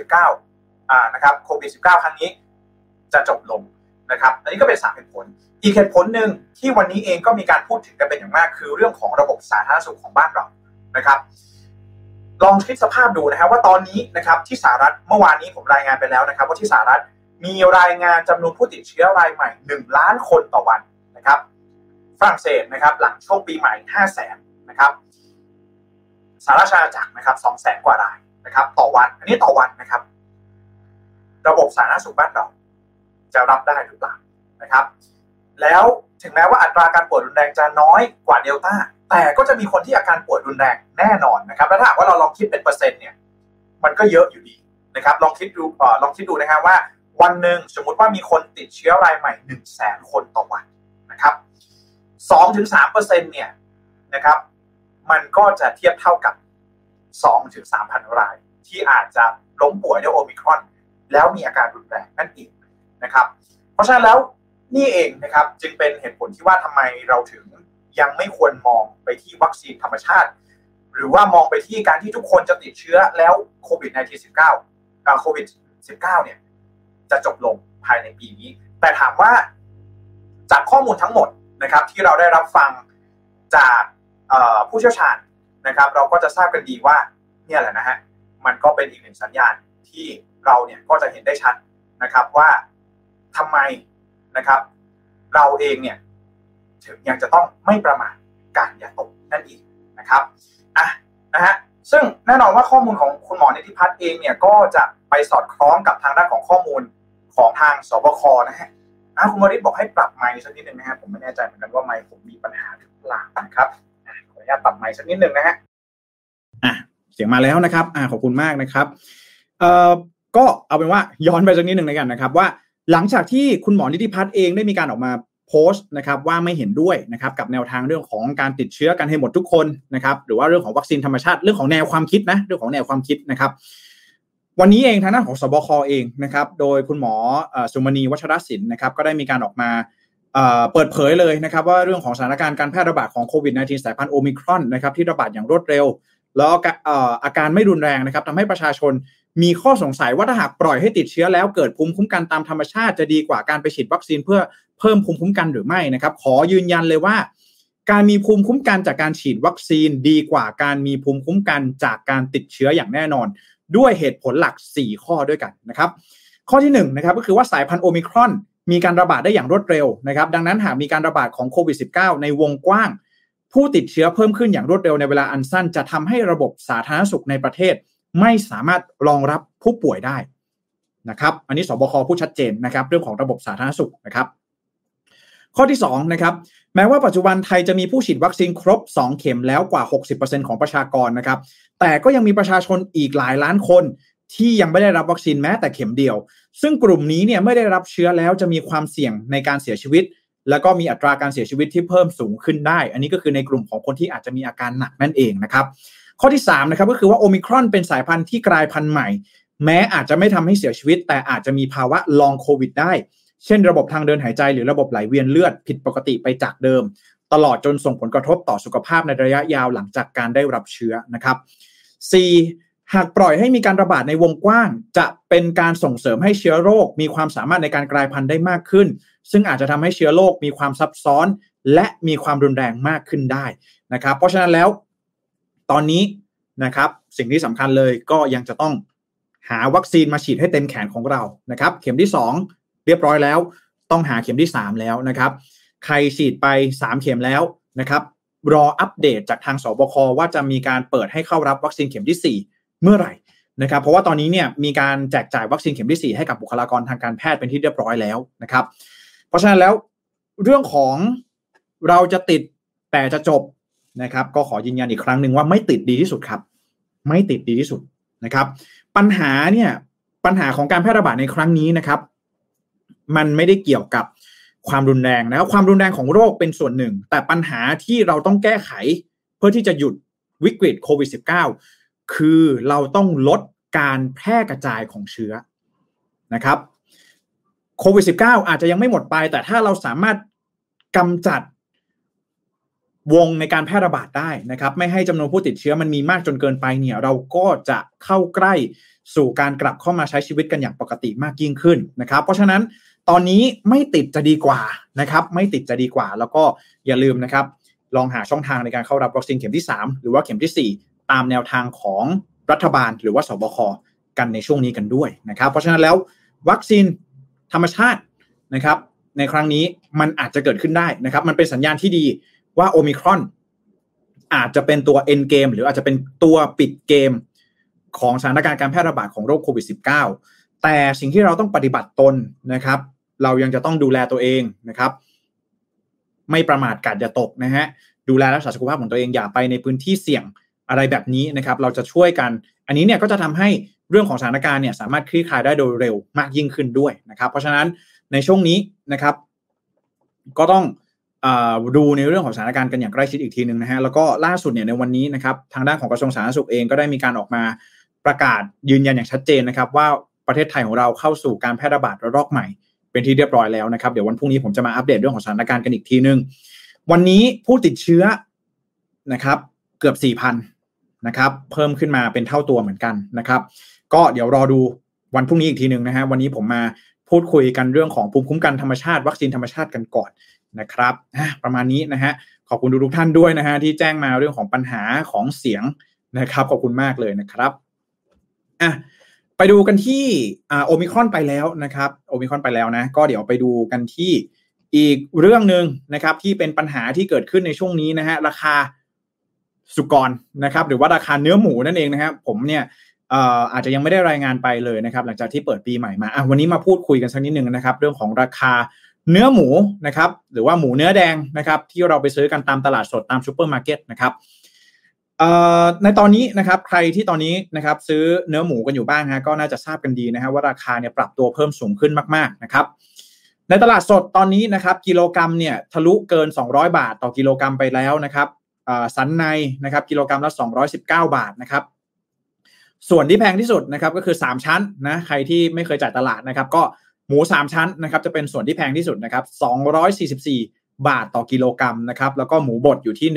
-19 นะครับโควิด -19 ครั้งนี้จะจบลงนะครับอันนี้ก็เป็น3เหตุผลอีกเหตุผลหนึ่งที่วันนี้เองก็มีการพูดถึงกันเป็นอย่างมากคือเรื่องของระบบสาธารณสุขของบ้านเรานะครับลองคิดสภาพดูนะครับว่าตอนนี้นะครับที่สหรัฐเมื่อวานนี้ผมรายงานไปแล้วนะครับว่าที่สหรัฐมีรายงานจำนวนผู้ติดเชื้อรายใหม่1ล้านคนต่อวันนะครับฝรั่งเศสนะครับหลังช่วงปีใหม่ 500,000 นะครับสหราชอาณาจักรนะครับ 200,000 กว่ารายนะครับต่อวันอันนี้ต่อวันนะครับระบบสาธารณสุขบ้านเราจะรับได้หรือเปล่านะครับแล้วถึงแม้ว่าอัตราการป่วยรุนแรงจะน้อยกว่าเดลต้าแต่ก็จะมีคนที่อาการป่วยรุนแรงแน่นอนนะครับแล้วถ้าหากว่าเราลองคิดเป็นเปอร์เซ็นต์เนี่ยมันก็เยอะอยู่ดีนะครับลองคิดดูนะครับว่าวันหนึ่งสมมุติว่ามีคนติดเชื้อรายใหม่ 100,000 คนต่อวันนะครับ 2-3% เนี่ยนะครับมันก็จะเทียบเท่ากับ 2-3,000 รายที่อาจจะล้มป่วยด้วยโอมิครอนแล้วมีอาการรุนแรงนั่นเองนะครับเพราะฉะนั้นแล้วนี่เองนะครับจึงเป็นเหตุผลที่ว่าทำไมเราถึงยังไม่ควรมองไปที่วัคซีนธรรมชาติหรือว่ามองไปที่การที่ทุกคนจะติดเชื้อแล้วโควิด -19 โควิด -19 เนี่ยจะจบลงภายในปีนี้แต่ถามว่าจากข้อมูลทั้งหมดนะครับที่เราได้รับฟังจากผู้เชี่ยวชาญนะครับเราก็จะทราบกันดีว่าเนี่ยแหละนะฮะมันก็เป็นอีกหนึ่งสัญญาณที่เราเนี่ยก็จะเห็นได้ชัดนะครับว่าทำไมนะครับเราเองเนี่ยถึงยังจะต้องไม่ประมาทกาดอย่าตกนั่นเองนะครับนะฮะซึ่งแน่นอนว่าข้อมูลของคุณหมอนิติพัฒน์เองเนี่ยก็จะไปสอดคล้องกับทางด้านของข้อมูลของทางสบคนะฮะคุณวริศบอกให้ปรับไมค์สักนิดนึงนะฮะผมไม่แน่ใจเหมือนกันว่าไมค์ผมมีปัญหาหรือเปล่านะครับขออนุญาตปรับไมค์สักนิดนึงนะฮะเสียงมาแล้วนะครับขอบคุณมากนะครับก็เอาเป็นว่าย้อนไปสักนิดนึงแล้วกันนะครับว่าหลังจากที่คุณหมอนิติพัฒน์เองได้มีการออกมาโพสต์นะครับว่าไม่เห็นด้วยนะครับกับแนวทางเรื่องของการติดเชื้อกันให้หมดทุกคนนะครับหรือว่าเรื่องของวัคซีนธรรมชาติเรื่องของแนวความคิดนะเรื่องของแนวความคิดนะครับวันนี้เองทางด้านของสบคเองนะครับโดยคุณหมอสุมณีวัชรศิลป์นะครับก็ได้มีการออกมาเปิดเผยเลยนะครับว่าเรื่องของสถานการณ์การแพร่ระบาดของโควิด -19 สายพันธุ์โอมิครอนนะครับที่ระบาดอย่างรวดเร็วแล้วอาการไม่รุนแรงนะครับทำให้ประชาชนมีข้อสงสัยว่าถ้าหากปล่อยให้ติดเชื้อแล้วเกิดภูมิคุ้มกันตามธรรมชาติจะดีกว่าการไปฉีดวัคซีนเพื่อเพิ่มภูมิคุ้มกันหรือไม่นะครับขอยืนยันเลยว่าการมีภูมิคุ้มกันจากการฉีดวัคซีนดีกว่าการมีภูมิคุ้มกันจากการติดเชื้ออย่างแน่นอนด้วยเหตุผลหลัก4ข้อด้วยกันนะครับข้อที่1นะครับก็คือว่าสายพันธุ์โอมิครอนมีการระบาดได้อย่างรวดเร็วนะครับดังนั้นหากมีการระบาดของโควิด -19 ในวงกว้างผู้ติดเชื้อเพิ่มขึ้นอย่างรวดเร็วในเวลาอันสั้นจะทำให้ระบบสาธารณสุขในประเทศไม่สามารถรองรับผู้ป่วยได้นะครับอันนี้สบคพูดชัดเจนนะครับเรื่องของระบบสาธารณสุขนะครับข้อที่2นะครับแม้ว่าปัจจุบันไทยจะมีผู้ฉีดวัคซีนครบ2เข็มแล้วกว่า 60% ของประชากรนะครับแต่ก็ยังมีประชาชนอีกหลายล้านคนที่ยังไม่ได้รับวัคซีนแม้แต่เข็มเดียวซึ่งกลุ่มนี้เนี่ยไม่ได้รับเชื้อแล้วจะมีความเสี่ยงในการเสียชีวิตแล้วก็มีอัตราการเสียชีวิตที่เพิ่มสูงขึ้นได้อันนี้ก็คือในกลุ่มของคนที่อาจจะมีอาการหนักนั่นเองนะครับข้อที่3นะครับก็คือว่าโอมิครอนเป็นสายพันธุ์ที่กลายพันธุ์ใหม่แม้อาจจะไม่ทำให้เสียชีวิตแต่อาจจะมีภาวะลองโควิดได้เช่นระบบทางเดินหายใจหรือระบบไหลเวียนเลือดผิดปกติไปจากเดิมตลอดจนส่งผลกระทบต่อสุขภาพในระยะยาวหลังจากการได้รับเชื้อนะครับ 4. หากปล่อยให้มีการระบาดในวงกว้างจะเป็นการส่งเสริมให้เชื้อโรคมีความสามารถในการกลายพันธุ์ได้มากขึ้นซึ่งอาจจะทำให้เชื้อโรคมีความซับซ้อนและมีความรุนแรงมากขึ้นได้นะครับเพราะฉะนั้นแล้วตอนนี้นะครับสิ่งที่สำคัญเลยก็ยังจะต้องหาวัคซีนมาฉีดให้เต็มแขนของเรานะครับเข็มที่2เรียบร้อยแล้วต้องหาเข็มที่3แล้วนะครับใครฉีดไป3เข็มแล้วนะครับรออัปเดตจากทางสบคว่าจะมีการเปิดให้เข้ารับวัคซีนเข็มที่4เมื่อไหร่นะครับเพราะว่าตอนนี้เนี่ยมีการแจกจ่ายวัคซีนเข็มที่4ให้กับบุคลากรทางการแพทย์เป็นที่เรียบร้อยแล้วนะครับเพราะฉะนั้นแล้วเรื่องของเราจะติดแต่จะจบนะครับก็ขอยืนยันอีกครั้งหนึ่งว่าไม่ติดดีที่สุดครับไม่ติดดีที่สุดนะครับปัญหาของการแพร่ระบาดในครั้งนี้นะครับมันไม่ได้เกี่ยวกับความรุนแรงนะความรุนแรงของโรคเป็นส่วนหนึ่งแต่ปัญหาที่เราต้องแก้ไขเพื่อที่จะหยุดวิกฤตโควิด -19 คือเราต้องลดการแพร่กระจายของเชื้อนะครับโควิด -19 อาจจะยังไม่หมดไปแต่ถ้าเราสามารถกำจัดวงในการแพร่ระบาดได้นะครับไม่ให้จำนวนผู้ติดเชื้อมันมีมากจนเกินไปเนี่ยเราก็จะเข้าใกล้สู่การกลับเข้ามาใช้ชีวิตกันอย่างปกติมากยิ่งขึ้นนะครับเพราะฉะนั้นตอนนี้ไม่ติดจะดีกว่านะครับไม่ติดจะดีกว่าแล้วก็อย่าลืมนะครับลองหาช่องทางในการเข้ารับวัคซีนเข็มที่3หรือว่าเข็มที่4ตามแนวทางของรัฐบาลหรือว่าสบคกันในช่วงนี้กันด้วยนะครับเพราะฉะนั้นแล้ววัคซีนธรรมชาตินะครับในครั้งนี้มันอาจจะเกิดขึ้นได้นะครับมันเป็นสัญญาณที่ดีว่าโอมิครอนอาจจะเป็นตัว end game หรืออาจจะเป็นตัวปิดเกมของสถานการณ์การแพร่ระบาดของโรคโควิด -19 แต่สิ่งที่เราต้องปฏิบัติตนนะครับเรายังจะต้องดูแลตัวเองนะครับไม่ประมาทกาดอย่าตกนะฮะดูแลรักษาสุขภาพของตัวเองอย่าไปในพื้นที่เสี่ยงอะไรแบบนี้นะครับเราจะช่วยกันอันนี้เนี่ยก็จะทำให้เรื่องของสถานการณ์เนี่ยสามารถคลี่คลายได้โดยเร็วมากยิ่งขึ้นด้วยนะครับเพราะฉะนั้นในช่วงนี้นะครับก็ต้องดูในเรื่องของสถานการณ์กันอย่างใกล้ชิดอีกทีนึงนะฮะแล้วก็ล่าสุดเนี่ยในวันนี้นะครับทางด้านของกระทรวงสาธารณสุขเองก็ได้มีการออกมาประกาศยืนยันอย่างชัดเจนนะครับว่าประเทศไทยของเราเข้าสู่การแพร่ระบาดระลอกใหม่เป็นที่เรียบร้อยแล้วนะครับเดี๋ยววันพรุ่งนี้ผมจะมาอัปเดตเรื่องของสถานการณ์กันอีกทีนึงวันนี้ผู้ติดเชื้อนะครับเกือบ 4,000 นะครับเพิ่มขึ้นมาเป็นเท่าตัวเหมือนกันนะครับก็เดี๋ยวรอดูวันพรุ่งนี้อีกทีนึงนะฮะวันนี้ผมมาพูดคุยกันเรื่องของภูมิคุ้มกันธรรมชาติวัคซีนธรรมชาติกันก่อนนะครับประมาณนี้นะฮะขอบคุณทุกท่านด้วยนะฮะที่แจ้งมาเรื่องของปัญหาของเสียงนะครับขอบคุณมากเลยนะครับไปดูกันที่โอมิครอนไปแล้วนะครับโอมิครอนไปแล้วนะก็เดี๋ยวไปดูกันที่อีกเรื่องนึงนะครับที่เป็นปัญหาที่เกิดขึ้นในช่วงนี้นะฮะราคาสุกรนะครับหรือว่าราคาเนื้อหมูนั่นเองนะครับผมเนี่ยอาจจะยังไม่ได้รายงานไปเลยนะครับหลังจากที่เปิดปีใหม่มาวันนี้มาพูดคุยกันสักนิดนึงนะครับเรื่องของราคาเนื้อหมูนะครับหรือว่าหมูเนื้อแดงนะครับที่เราไปซื้อกันตามตลาดสดตามซุปเปอร์มาร์เก็ตนะครับในตอนนี้นะครับใครที่ตอนนี้นะครับซื้อเนื้อหมูกันอยู่บ้างฮะก็น่าจะทราบกันดีนะฮะว่าราคาเนี่ยปรับตัวเพิ่มสูงขึ้นมากๆนะครับในตลาดสดตอนนี้นะครับกิโลกรัมเนี่ยทะลุเกิน200บาทต่อกิโลกรัมไปแล้วนะครับสันในนะครับกิโลกรัมละ219 บาทนะครับส่วนที่แพงที่สุดนะครับก็คือ3ชั้นนะใครที่ไม่เคยจ่ายตลาดนะครับก็หมู3ชั้นนะครับจะเป็นส่วนที่แพงที่สุดนะครับ244 บาทต่อกิโลกรัมนะครับแล้วก็หมูบดอยู่ที่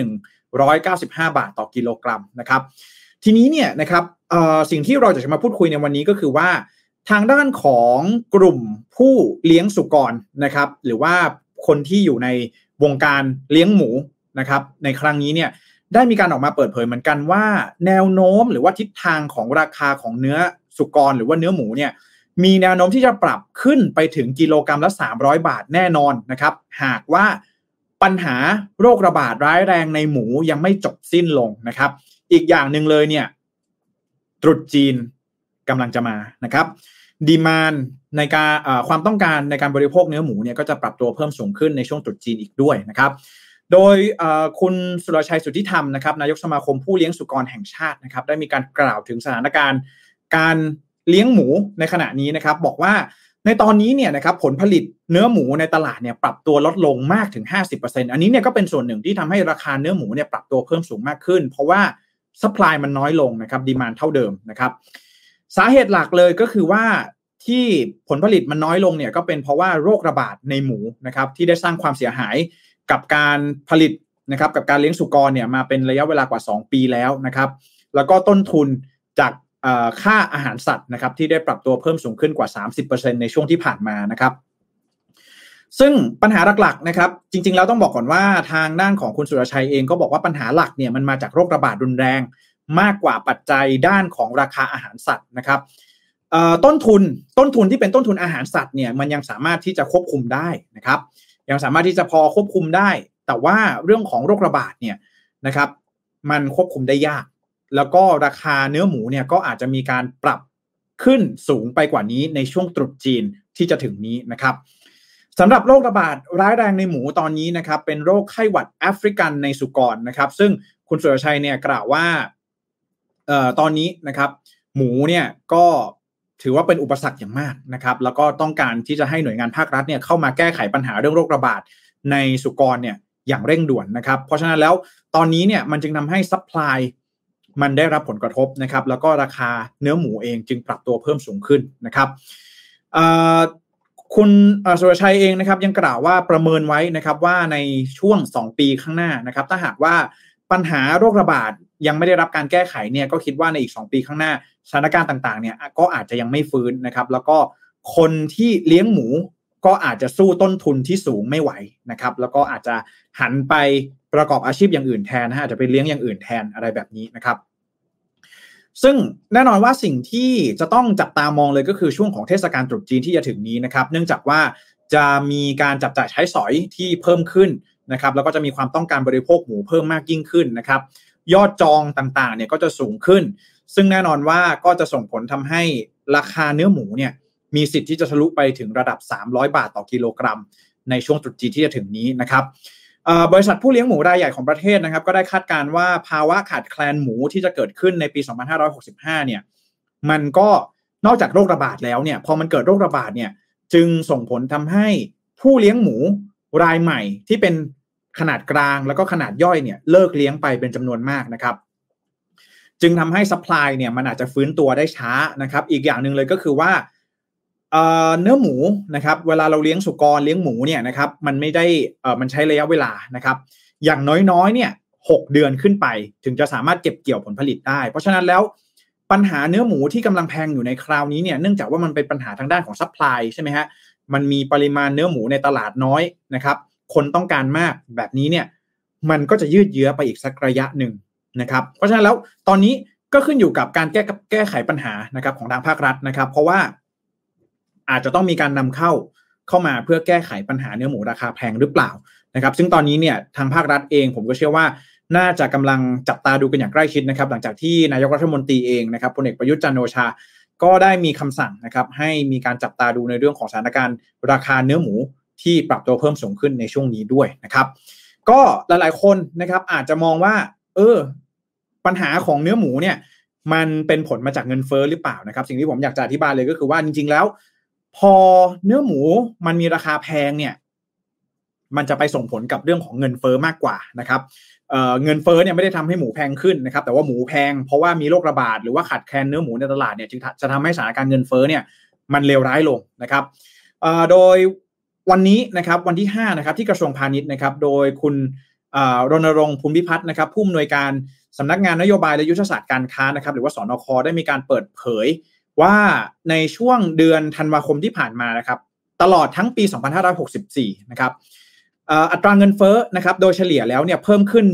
195 บาทต่อกิโลกรัมนะครับทีนี้เนี่ยนะครับสิ่งที่เราจะมาพูดคุยในวันนี้ก็คือว่าทางด้านของกลุ่มผู้เลี้ยงสุกรนะครับหรือว่าคนที่อยู่ในวงการเลี้ยงหมูนะครับในครั้งนี้เนี่ยได้มีการออกมาเปิดเผยเหมือนกันว่าแนวโน้มหรือว่าทิศทางของราคาของเนื้อสุกรหรือว่าเนื้อหมูเนี่ยมีแนวโน้มที่จะปรับขึ้นไปถึงกิโลกรัมละ300 บาทแน่นอนนะครับหากว่าปัญหาโรคระบาดร้ายแรงในหมูยังไม่จบสิ้นลงนะครับอีกอย่างหนึ่งเลยเนี่ยตรุษจีนกำลังจะมานะครับดีมานด์ในการความต้องการในการบริโภคเนื้อหมูเนี่ยก็จะปรับตัวเพิ่มสูงขึ้นในช่วงตรุษจีนอีกด้วยนะครับโดยคุณสุรชัยสุทธิธรรมนะครับนายกสมาคมผู้เลี้ยงสุกรแห่งชาตินะครับได้มีการกล่าวถึงสถานการณ์การเลี้ยงหมูในขณะนี้นะครับบอกว่าในตอนนี้เนี่ยนะครับผลผลิตเนื้อหมูในตลาดเนี่ยปรับตัวลดลงมากถึง 50% อันนี้เนี่ยก็เป็นส่วนหนึ่งที่ทำให้ราคาเนื้อหมูเนี่ยปรับตัวเพิ่มสูงมากขึ้นเพราะว่าซัพพลายมันน้อยลงนะครับดีมานด์เท่าเดิมนะครับสาเหตุหลักเลยก็คือว่าที่ผลผลิตมันน้อยลงเนี่ยก็เป็นเพราะว่าโรคระบาดในหมูนะครับที่ได้สร้างความเสียหายกับการผลิตนะครับกับการเลี้ยงสุกรเนี่ยมาเป็นระยะเวลากว่า2 ปีแล้วนะครับแล้วก็ต้นทุนจากค่าอาหารสัตว์นะครับที่ได้ปรับตัวเพิ่มสูงขึ้นกว่า 30% ในช่วงที่ผ่านมานะครับซึ่งปัญหาหลักๆนะครับจริงๆแล้วต้องบอกก่อนว่าทางด้านของคุณสุรชัยเองก็บอกว่าปัญหาหลักเนี่ยมันมาจากโรคระบาดรุนแรงมากกว่าปัจจัยด้านของราคาอาหารสัตว์นะครับต้นทุนที่เป็นต้นทุนอาหารสัตว์เนี่ยมันยังสามารถที่จะควบคุมได้นะครับยังสามารถที่จะพอควบคุมได้แต่ว่าเรื่องของโรคระบาดเนี่ยนะครับมันควบคุมได้ยากแล้วก็ราคาเนื้อหมูเนี่ยก็อาจจะมีการปรับขึ้นสูงไปกว่านี้ในช่วงตรุษจีนที่จะถึงนี้นะครับสำหรับโรคระบาดร้ายแรงในหมูตอนนี้นะครับเป็นโรคไข้หวัดแอฟริกันในสุกรนะครับซึ่งคุณสุรชัยเนี่ยกล่าวว่าตอนนี้นะครับหมูเนี่ยก็ถือว่าเป็นอุปสรรคอย่างมากนะครับแล้วก็ต้องการที่จะให้หน่วยงานภาครัฐเนี่ยเข้ามาแก้ไขปัญหาเรื่องโรคระบาดในสุกรเนี่ยอย่างเร่งด่วนนะครับเพราะฉะนั้นแล้วตอนนี้เนี่ยมันจึงทำให้ซัพพลายมันได้รับผลกระทบนะครับแล้วก็ราคาเนื้อหมูเองจึงปรับตัวเพิ่มสูงขึ้นนะครับคุณสุรชัยเองนะครับยังกล่าวว่าประเมินไว้นะครับว่าในช่วง2 ปีข้างหน้านะครับถ้าหากว่าปัญหาโรคระบาดยังไม่ได้รับการแก้ไขเนี่ยก็คิดว่าในอีก2 ปีข้างหน้าสถานการณ์ต่างๆเนี่ยก็อาจจะยังไม่ฟื้นนะครับแล้วก็คนที่เลี้ยงหมูก็อาจจะสู้ต้นทุนที่สูงไม่ไหวนะครับแล้วก็อาจจะหันไปประกอบอาชีพอย่างอื่นแทนนะฮะอาจจะไปเลี้ยงอย่างอื่นแทนอะไรแบบนี้นะครับซึ่งแน่นอนว่าสิ่งที่จะต้องจับตามองเลยก็คือช่วงของเทศกาลตรุษจีนที่จะถึงนี้นะครับเนื่องจากว่าจะมีการจับจ่ายใช้สอยที่เพิ่มขึ้นนะครับแล้วก็จะมีความต้องการบริโภคหมูเพิ่มมากยิ่งขึ้นนะครับยอดจองต่างๆเนี่ยก็จะสูงขึ้นซึ่งแน่นอนว่าก็จะส่งผลทำให้ราคาเนื้อหมูเนี่ยมีสิทธิ์ที่จะทะลุไปถึงระดับ300 บาทต่อกิโลกรัมในช่วงตรุษจีนที่จะถึงนี้นะครับบริษัทผู้เลี้ยงหมูรายใหญ่ของประเทศนะครับก็ได้คาดการณ์ว่าภาวะขาดแคลนหมูที่จะเกิดขึ้นในปี 2565 เนี่ยมันก็นอกจากโรคระบาดแล้วเนี่ยพอมันเกิดโรคระบาดเนี่ยจึงส่งผลทำให้ผู้เลี้ยงหมูรายใหม่ที่เป็นขนาดกลางแล้วก็ขนาดย่อยเนี่ยเลิกเลี้ยงไปเป็นจำนวนมากนะครับจึงทำให้ซัพพลายเนี่ยมันอาจจะฟื้นตัวได้ช้านะครับอีกอย่างหนึ่งเลยก็คือว่าเนื้อหมูนะครับเวลาเราเลี้ยงสุกรเลี้ยงหมูเนี่ยนะครับมันไม่ได้มันใช้ระยะเวลานะครับอย่างน้อยๆเนี่ย6 เดือนขึ้นไปถึงจะสามารถเก็บเกี่ยวผลผลิตได้เพราะฉะนั้นแล้วปัญหาเนื้อหมูที่กำลังแพงอยู่ในคราวนี้เนี่ยเนื่องจากว่ามันเป็นปัญหาทางด้านของซัพพลายใช่ไหมฮะมันมีปริมาณเนื้อหมูในตลาดน้อยนะครับคนต้องการมากแบบนี้เนี่ยมันก็จะยืดเยื้อไปอีกสักระยะหนึ่งนะครับเพราะฉะนั้นแล้วตอนนี้ก็ขึ้นอยู่กับการแก้ไขปัญหานะครับของทางภาครัฐนะครับเพราะว่าอาจจะต้องมีการนำเข้ามาเพื่อแก้ไขปัญหาเนื้อหมูราคาแพงหรือเปล่านะครับซึ่งตอนนี้เนี่ยทางภาครัฐเองผมก็เชื่อว่าน่าจะกำลังจับตาดูกันอย่างใกล้ชิดนะครับหลังจากที่นายกรัฐมนตรีเองนะครับพลเอกประยุทธ์จันทร์โอชาก็ได้มีคำสั่งนะครับให้มีการจับตาดูในเรื่องของสถานการณ์ราคาเนื้อหมูที่ปรับตัวเพิ่มสูงขึ้นในช่วงนี้ด้วยนะครับก็หลายๆคนนะครับอาจจะมองว่าปัญหาของเนื้อหมูเนี่ยมันเป็นผลมาจากเงินเฟ้อหรือเปล่านะครับสิ่งที่ผมอยากจะอธิบายเลยก็คือว่าจริงๆแล้วพอเนื้อหมูมันมีราคาแพงเนี่ยมันจะไปส่งผลกับเรื่องของเงินเฟ้อมากกว่านะครับเงินเฟ้อเนี่ยไม่ได้ทำให้หมูแพงขึ้นนะครับแต่ว่าหมูแพงเพราะว่ามีโรคระบาดหรือว่าขาดแคลนเนื้อหมูในตลาดเนี่ยจึงจะทำให้สถานการณ์เงินเฟ้อเนี่ยมันเลวร้ายลงนะครับโดยวันนี้นะครับวันที่5นะครับที่กระทรวงพาณิชย์นะครับโดยคุณรณรงค์ภูมิพิพัฒน์นะครับผู้อำนวยการสำนักงานนโยบายและยุทธศาสตร์การค้านะครับหรือว่าสนค.ได้มีการเปิดเผยว่าในช่วงเดือนธันวาคมที่ผ่านมานะครับตลอดทั้งปี2564นะครับอัตราเงินเฟ้อนะครับโดยเฉลี่ยแล้วเนี่ยเพิ่มขึ้น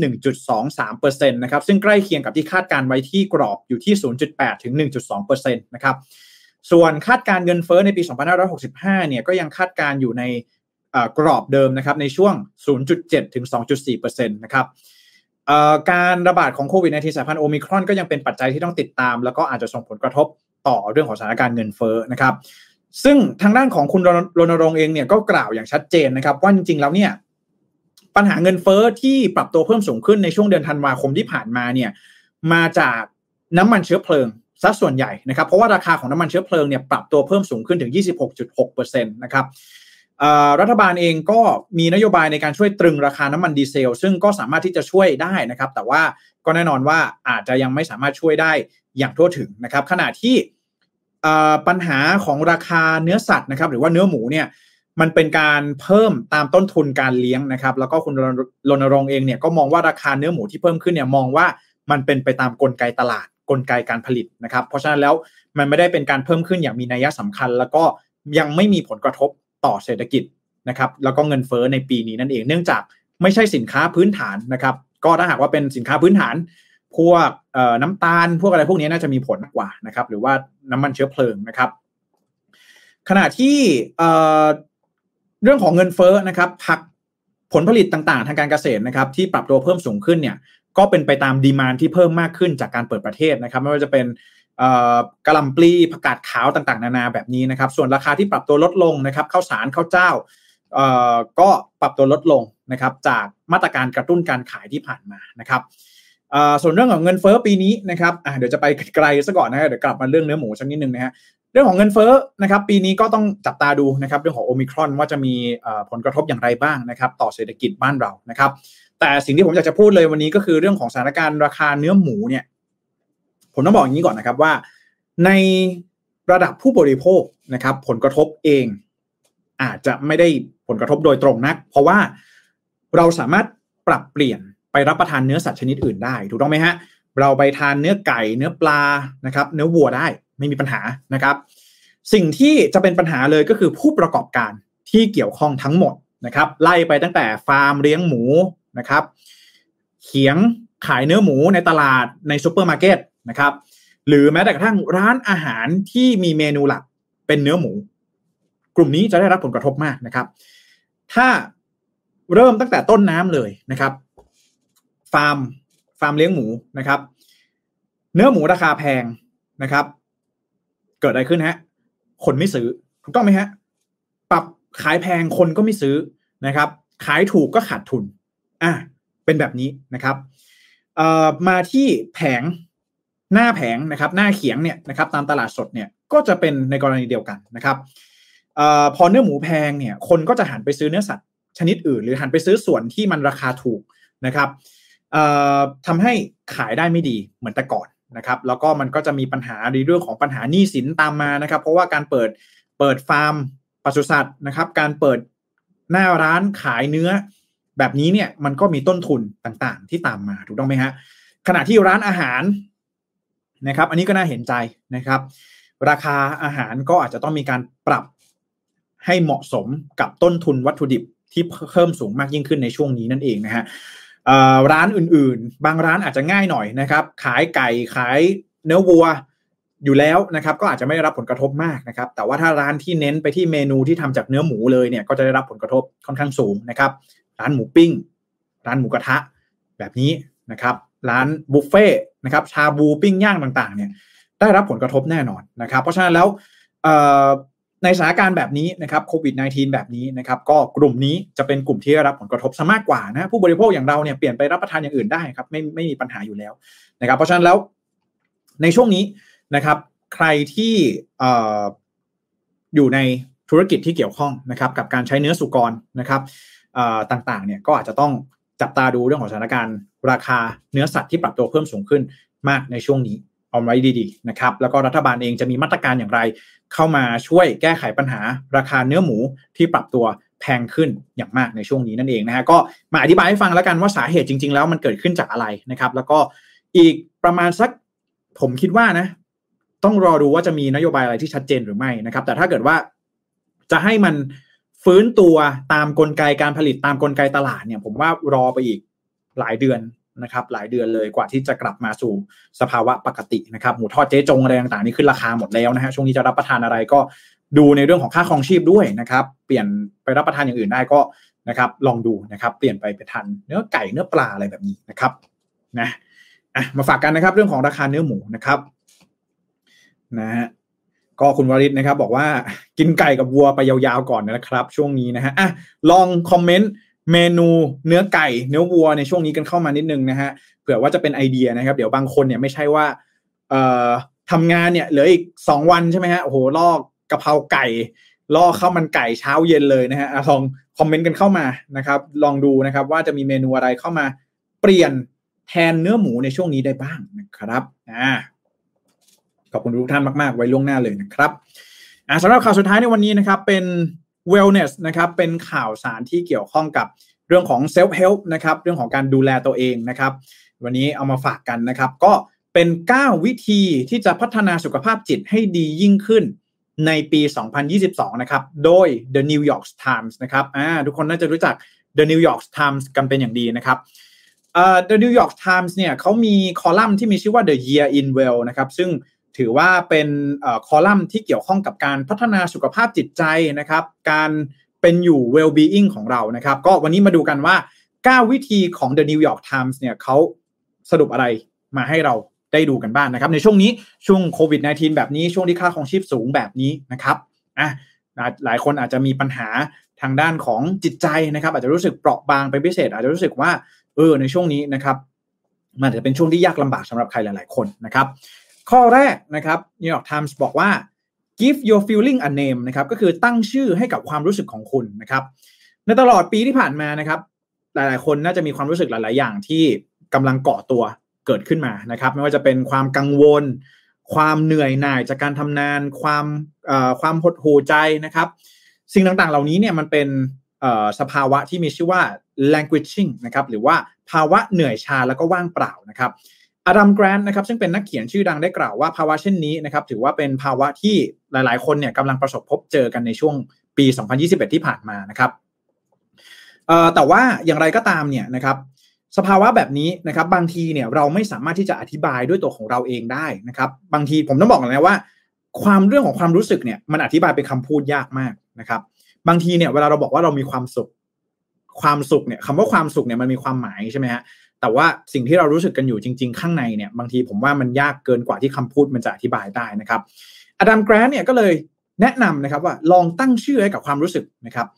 1.23% นะครับซึ่งใกล้เคียงกับที่คาดการไว้ที่กรอบอยู่ที่ 0.8 ถึง 1.2% นะครับส่วนคาดการเงินเฟ้อในปี2565เนี่ยก็ยังคาดการอยู่ในกรอบเดิมนะครับในช่วง 0.7 ถึง 2.4% นะครับการระบาดของโควิด-19 สายพันธุ์โอมิครอนก็ยังเป็นปัจจัยที่ต้องติดตามแล้วก็อาจจะส่งผลกระทบต่อเรื่องของสถานการณ์เงินเฟ้อนะครับซึ่งทางด้านของคุณรณรงค์เองเนี่ยก็กล่าวอย่างชัดเจนนะครับว่าจริงๆแล้วเนี่ยปัญหาเงินเฟ้อที่ปรับตัวเพิ่มสูงขึ้นในช่วงเดือนธันวาคมที่ผ่านมาเนี่ยมาจากน้ำมันเชื้อเพลิงซะส่วนใหญ่นะครับเพราะว่าราคาของน้ำมันเชื้อเพลิงเนี่ยปรับตัวเพิ่มสูงขึ้นถึง 26.6% นะครับรัฐบาลเองก็มีนโยบายในการช่วยตรึงราคาน้ำมันดีเซลซึ่งก็สามารถที่จะช่วยได้นะครับแต่ว่าก็แน่นอนว่าอาจจะยังไม่สามารถช่วยได้อย่างทั่วถึงนะครับขณะที่ปัญหาของราคาเนื้อสัตว์นะครับหรือว่าเนื้อหมูเนี่ยมันเป็นการเพิ่มตามต้นทุนการเลี้ยงนะครับแล้วก็คุณรณรงค์เองเนี่ยก็มองว่าราคาเนื้อหมูที่เพิ่มขึ้นเนี่ยมองว่ามันเป็นไปตามกลไกตลาดกลไกการผลิตนะครับเพราะฉะนั้นแล้วมันไม่ได้เป็นการเพิ่มขึ้นอย่างมีนัยสำคัญแล้วก็ยังไม่มีผลกระทบต่อเศรษฐกิจนะครับแล้วก็เงินเฟ้อในปีนี้นั่นเองเนื่องจากไม่ใช่สินค้าพื้นฐานนะครับก็ถ้าหากว่าเป็นสินค้าพื้นฐานพวกน้ำตาลพวกอะไรพวกนี้น่าจะมีผลมากกว่านะครับหรือว่าน้ำมันเชื้อเพลิงนะครับขณะที่เรื่องของเงินเฟ้อนะครับผลผลิตต่างๆทางการเกษตรนะครับที่ปรับตัวเพิ่มสูงขึ้นเนี่ยก็เป็นไปตามดีมานด์ที่เพิ่มมากขึ้นจากการเปิดประเทศนะครับไม่ว่าจะเป็นกะหล่ำปลีผักกาดขาวต่างๆนานาแบบนี้นะครับส่วนราคาที่ปรับตัวลดลงนะครับข้าวสารข้าวเจ้าก็ปรับตัวลดลงนะครับจากมาตรการกระตุ้นการขายที่ผ่านมานะครับส่วนเรื่องของเงินเฟ้อปีนี้นะครับเดี๋ยวจะไปไกลซะก่อนนะเดี๋ยวกลับมาเรื่องเนื้อหมูสักนิดนึงนะฮะเรื่องของเงินเฟ้อนะครับปีนี้ก็ต้องจับตาดูนะครับเรื่องของโอมิครอนว่าจะมีผลกระทบอย่างไรบ้างนะครับต่อเศรษฐกิจบ้านเรานะครับแต่สิ่งที่ผมอยากจะพูดเลยวันนี้ก็คือเรื่องของสถานการณ์ราคาเนื้อหมูเนี่ยผมต้องบอกอย่างนี้ก่อนนะครับว่าในระดับผู้บริโภคนะครับผลกระทบเองอาจจะไม่ได้ผลกระทบโดยตรงนักเพราะว่าเราสามารถปรับเปลี่ยนไปรับประทานเนื้อสัตว์ชนิดอื่นได้ถูกต้องไหมฮะเราไปทานเนื้อไก่เนื้อปลานะครับเนื้อวัวได้ไม่มีปัญหานะครับสิ่งที่จะเป็นปัญหาเลยก็คือผู้ประกอบการที่เกี่ยวข้องทั้งหมดนะครับไล่ไปตั้งแต่ฟาร์มเลี้ยงหมูนะครับเขียงขายเนื้อหมูในตลาดในซุปเปอร์มาร์เก็ตนะครับหรือแม้แต่กระทั่งร้านอาหารที่มีเมนูหลักเป็นเนื้อหมูกลุ่มนี้จะได้รับผลกระทบมากนะครับถ้าเริ่มตั้งแต่ต้นน้ำเลยนะครับฟาร์มเลี้ยงหมูนะครับเนื้อหมูราคาแพงนะครับเกิดอะไรขึ้นฮะคนไม่ซื้อถูกต้องไหมฮะปรับขายแพงคนก็ไม่ซื้อนะครับขายถูกก็ขาดทุนเป็นแบบนี้นะครับมาที่แผงหน้าแผงนะครับหน้าเขียงเนี่ยนะครับตามตลาดสดเนี่ยก็จะเป็นในกรณีเดียวกันนะครับพอเนื้อหมูแพงเนี่ยคนก็จะหันไปซื้อเนื้อสัตว์ชนิดอื่นหรือหันไปซื้อส่วนที่มันราคาถูกนะครับทำให้ขายได้ไม่ดีเหมือนแต่ก่อนนะครับแล้วก็มันก็จะมีปัญหาในเรื่องของปัญหาหนี้สินตามมานะครับเพราะว่าการเปิดฟาร์มปศุสัตว์นะครับการเปิดหน้าร้านขายเนื้อแบบนี้เนี่ยมันก็มีต้นทุนต่างๆที่ตามมาถูกต้องไหมฮะขณะที่ร้านอาหารนะครับอันนี้ก็น่าเห็นใจนะครับราคาอาหารก็อาจจะต้องมีการปรับให้เหมาะสมกับต้นทุนวัตถุดิบที่เพิ่มสูงมากยิ่งขึ้นในช่วงนี้นั่นเองนะฮะร้านอื่นๆบางร้านอาจจะง่ายหน่อยนะครับขายไก่ขายเนื้อวัวอยู่แล้วนะครับก็อาจจะไม่ได้รับผลกระทบมากนะครับแต่ว่าถ้าร้านที่เน้นไปที่เมนูที่ทำจากเนื้อหมูเลยเนี่ยก็จะได้รับผลกระทบค่อนข้างสูงนะครับร้านหมูปิ้งร้านหมูกระทะแบบนี้นะครับร้านบุฟเฟ่นะครับชาบูปิ้งย่างต่างๆเนี่ยได้รับผลกระทบแน่นอนนะครับเพราะฉะนั้นแล้วในสถานการณ์แบบนี้นะครับโควิด -19 แบบนี้นะครับก็กลุ่มนี้จะเป็นกลุ่มที่ได้รับผลกระทบซะมากกว่านะผู้บริโภคอย่างเราเนี่ยเปลี่ยนไปรับประทานอย่างอื่นได้ครับไม่มีปัญหาอยู่แล้วนะครับเพราะฉะนั้นแล้วในช่วงนี้นะครับใครที่อยู่ในธุรกิจที่เกี่ยวข้องนะครับกับการใช้เนื้อสุกรนะครับต่างๆเนี่ยก็อาจจะต้องจับตาดูเรื่องของสถานการณ์ราคาเนื้อสัตว์ที่ปรับตัวเพิ่มสูงขึ้นมากในช่วงนี้เอาไว้ดีๆนะครับแล้วก็รัฐบาลเองจะมีมาตรการอย่างไรเข้ามาช่วยแก้ไขปัญหาราคาเนื้อหมูที่ปรับตัวแพงขึ้นอย่างมากในช่วงนี้นั่นเองนะฮะก็มาอธิบายให้ฟังแล้วกันว่าสาเหตุจริงๆแล้วมันเกิดขึ้นจากอะไรนะครับแล้วก็อีกประมาณสักผมคิดว่านะต้องรอดูว่าจะมีนโยบายอะไรที่ชัดเจนหรือไม่นะครับแต่ถ้าเกิดว่าจะให้มันฟื้นตัวตามกลไกการผลิตตามกลไกตลาดเนี่ยผมว่ารอไปอีกหลายเดือนนะครับหลายเดือนเลยกว่าที่จะกลับมาสู่สภาวะปกตินะครับหมูทอดเจ๊จงอะไรต่างๆนี่ขึ้นราคาหมดแล้วนะฮะช่วงนี้จะรับประทานอะไรก็ดูในเรื่องของค่าครองชีพด้วยนะครับเปลี่ยนไปรับประทานอย่างอื่นได้ก็นะครับลองดูนะครับเปลี่ยนไปทานเนื้อไก่เนื้อปลาอะไรแบบนี้นะครับนะมาฝากกันนะครับเรื่องของราคาเนื้อหมูนะครับนะฮะก็คุณวริศนะครับบอกว่ากินไก่กับวัวไปยาวๆก่อนนะครับช่วงนี้นะฮะลองคอมเมนต์เมนูเนื้อไก่เนื้อวัวในช่วงนี้กันเข้ามานิดนึงนะฮะเผื่อว่าจะเป็นไอเดียนะครับเดี๋ยวบางคนเนี่ยไม่ใช่ว่าทำงานเนี่ยเหลืออีก2วันใช่ไหมฮะโอ้โหลอกกะเพราไก่ลอกข้าวมันไก่เช้าเย็นเลยนะฮะลองคอมเมนต์กันเข้ามานะครับลองดูนะครับว่าจะมีเมนูอะไรเข้ามาเปลี่ยนแทนเนื้อหมูในช่วงนี้ได้บ้างนะครับขอบคุณทุกท่านมากๆไว้ล่วงหน้าเลยนะครับสำหรับข่าวสุดท้ายในวันนี้นะครับเป็น wellness นะครับเป็นข่าวสารที่เกี่ยวข้องกับเรื่องของ self help นะครับเรื่องของการดูแลตัวเองนะครับวันนี้เอามาฝากกันนะครับก็เป็น9วิธีที่จะพัฒนาสุขภาพจิตให้ดียิ่งขึ้นในปี 2022 นะครับโดย The New York Times นะครับทุกคนน่าจะรู้จัก The New York Times กันเป็นอย่างดีนะครับThe New York Times เนี่ยเขามีคอลัมน์ที่มีชื่อว่า The Year in Well นะครับซึ่งถือว่าเป็นคอลัมน์ที่เกี่ยวข้องกับการพัฒนาสุขภาพจิตใจนะครับการเป็นอยู่ well-being ของเรานะครับก็วันนี้มาดูกันว่า9วิธีของ The New York Times เนี่ยเขาสรุปอะไรมาให้เราได้ดูกันบ้างนะครับในช่วงนี้ช่วงโควิด -19 แบบนี้ช่วงที่ค่าครองชีพสูงแบบนี้นะครับหลายคนอาจจะมีปัญหาทางด้านของจิตใจนะครับอาจจะรู้สึกเปราะบางเป็นพิเศษอาจจะรู้สึกว่าในช่วงนี้นะครับมันจะเป็นช่วงที่ยากลำบากสำหรับใครหลายๆคนนะครับข้อแรกนะครับ New York Times บอกว่า give your feeling a name นะครับก็คือตั้งชื่อให้กับความรู้สึกของคุณนะครับในตลอดปีที่ผ่านมานะครับหลายๆคนน่าจะมีความรู้สึกหลายๆอย่างที่กำลังเกาะตัวเกิดขึ้นมานะครับไม่ว่าจะเป็นความกังวลความเหนื่อยหน่ายจากการทำงานความหดหู่ใจนะครับสิ่งต่างๆเหล่านี้เนี่ยมันเป็นสภาวะที่มีชื่อว่า languishing นะครับหรือว่าภาวะเหนื่อยชาแล้วก็ว่างเปล่านะครับอดัม แกรนท์นะครับซึ่งเป็นนักเขียนชื่อดังได้กล่าวว่าภาวะเช่นนี้นะครับถือว่าเป็นภาวะที่หลายๆคนเนี่ยกำลังประสบพบเจอกันในช่วงปี 2021 ที่ผ่านมานะครับแต่ว่าอย่างไรก็ตามเนี่ยนะครับสภาวะแบบนี้นะครับบางทีเนี่ยเราไม่สามารถที่จะอธิบายด้วยตัวของเราเองได้นะครับบางทีผมต้องบอกเลยนะว่าเรื่องของความรู้สึกเนี่ยมันอธิบายเป็นคำพูดยากมากนะครับบางทีเนี่ยเวลาเราบอกว่าเรามีความสุขเนี่ยคำว่าความสุขเนี่ยมันมีความหมายใช่ไหมฮะแต่ว่าสิ่งที่เรารู้สึกกันอยู่จริงๆข้างในเนี่ยบางทีผมว่ามันยากเกินกว่าที่คำพูดมันจะอธิบายได้นะครับอดัม แกรนท์เนี่ยก็เลยแนะนำนะครับว่าลองตั้งชื่อให้กับความรู้สึกนะครับ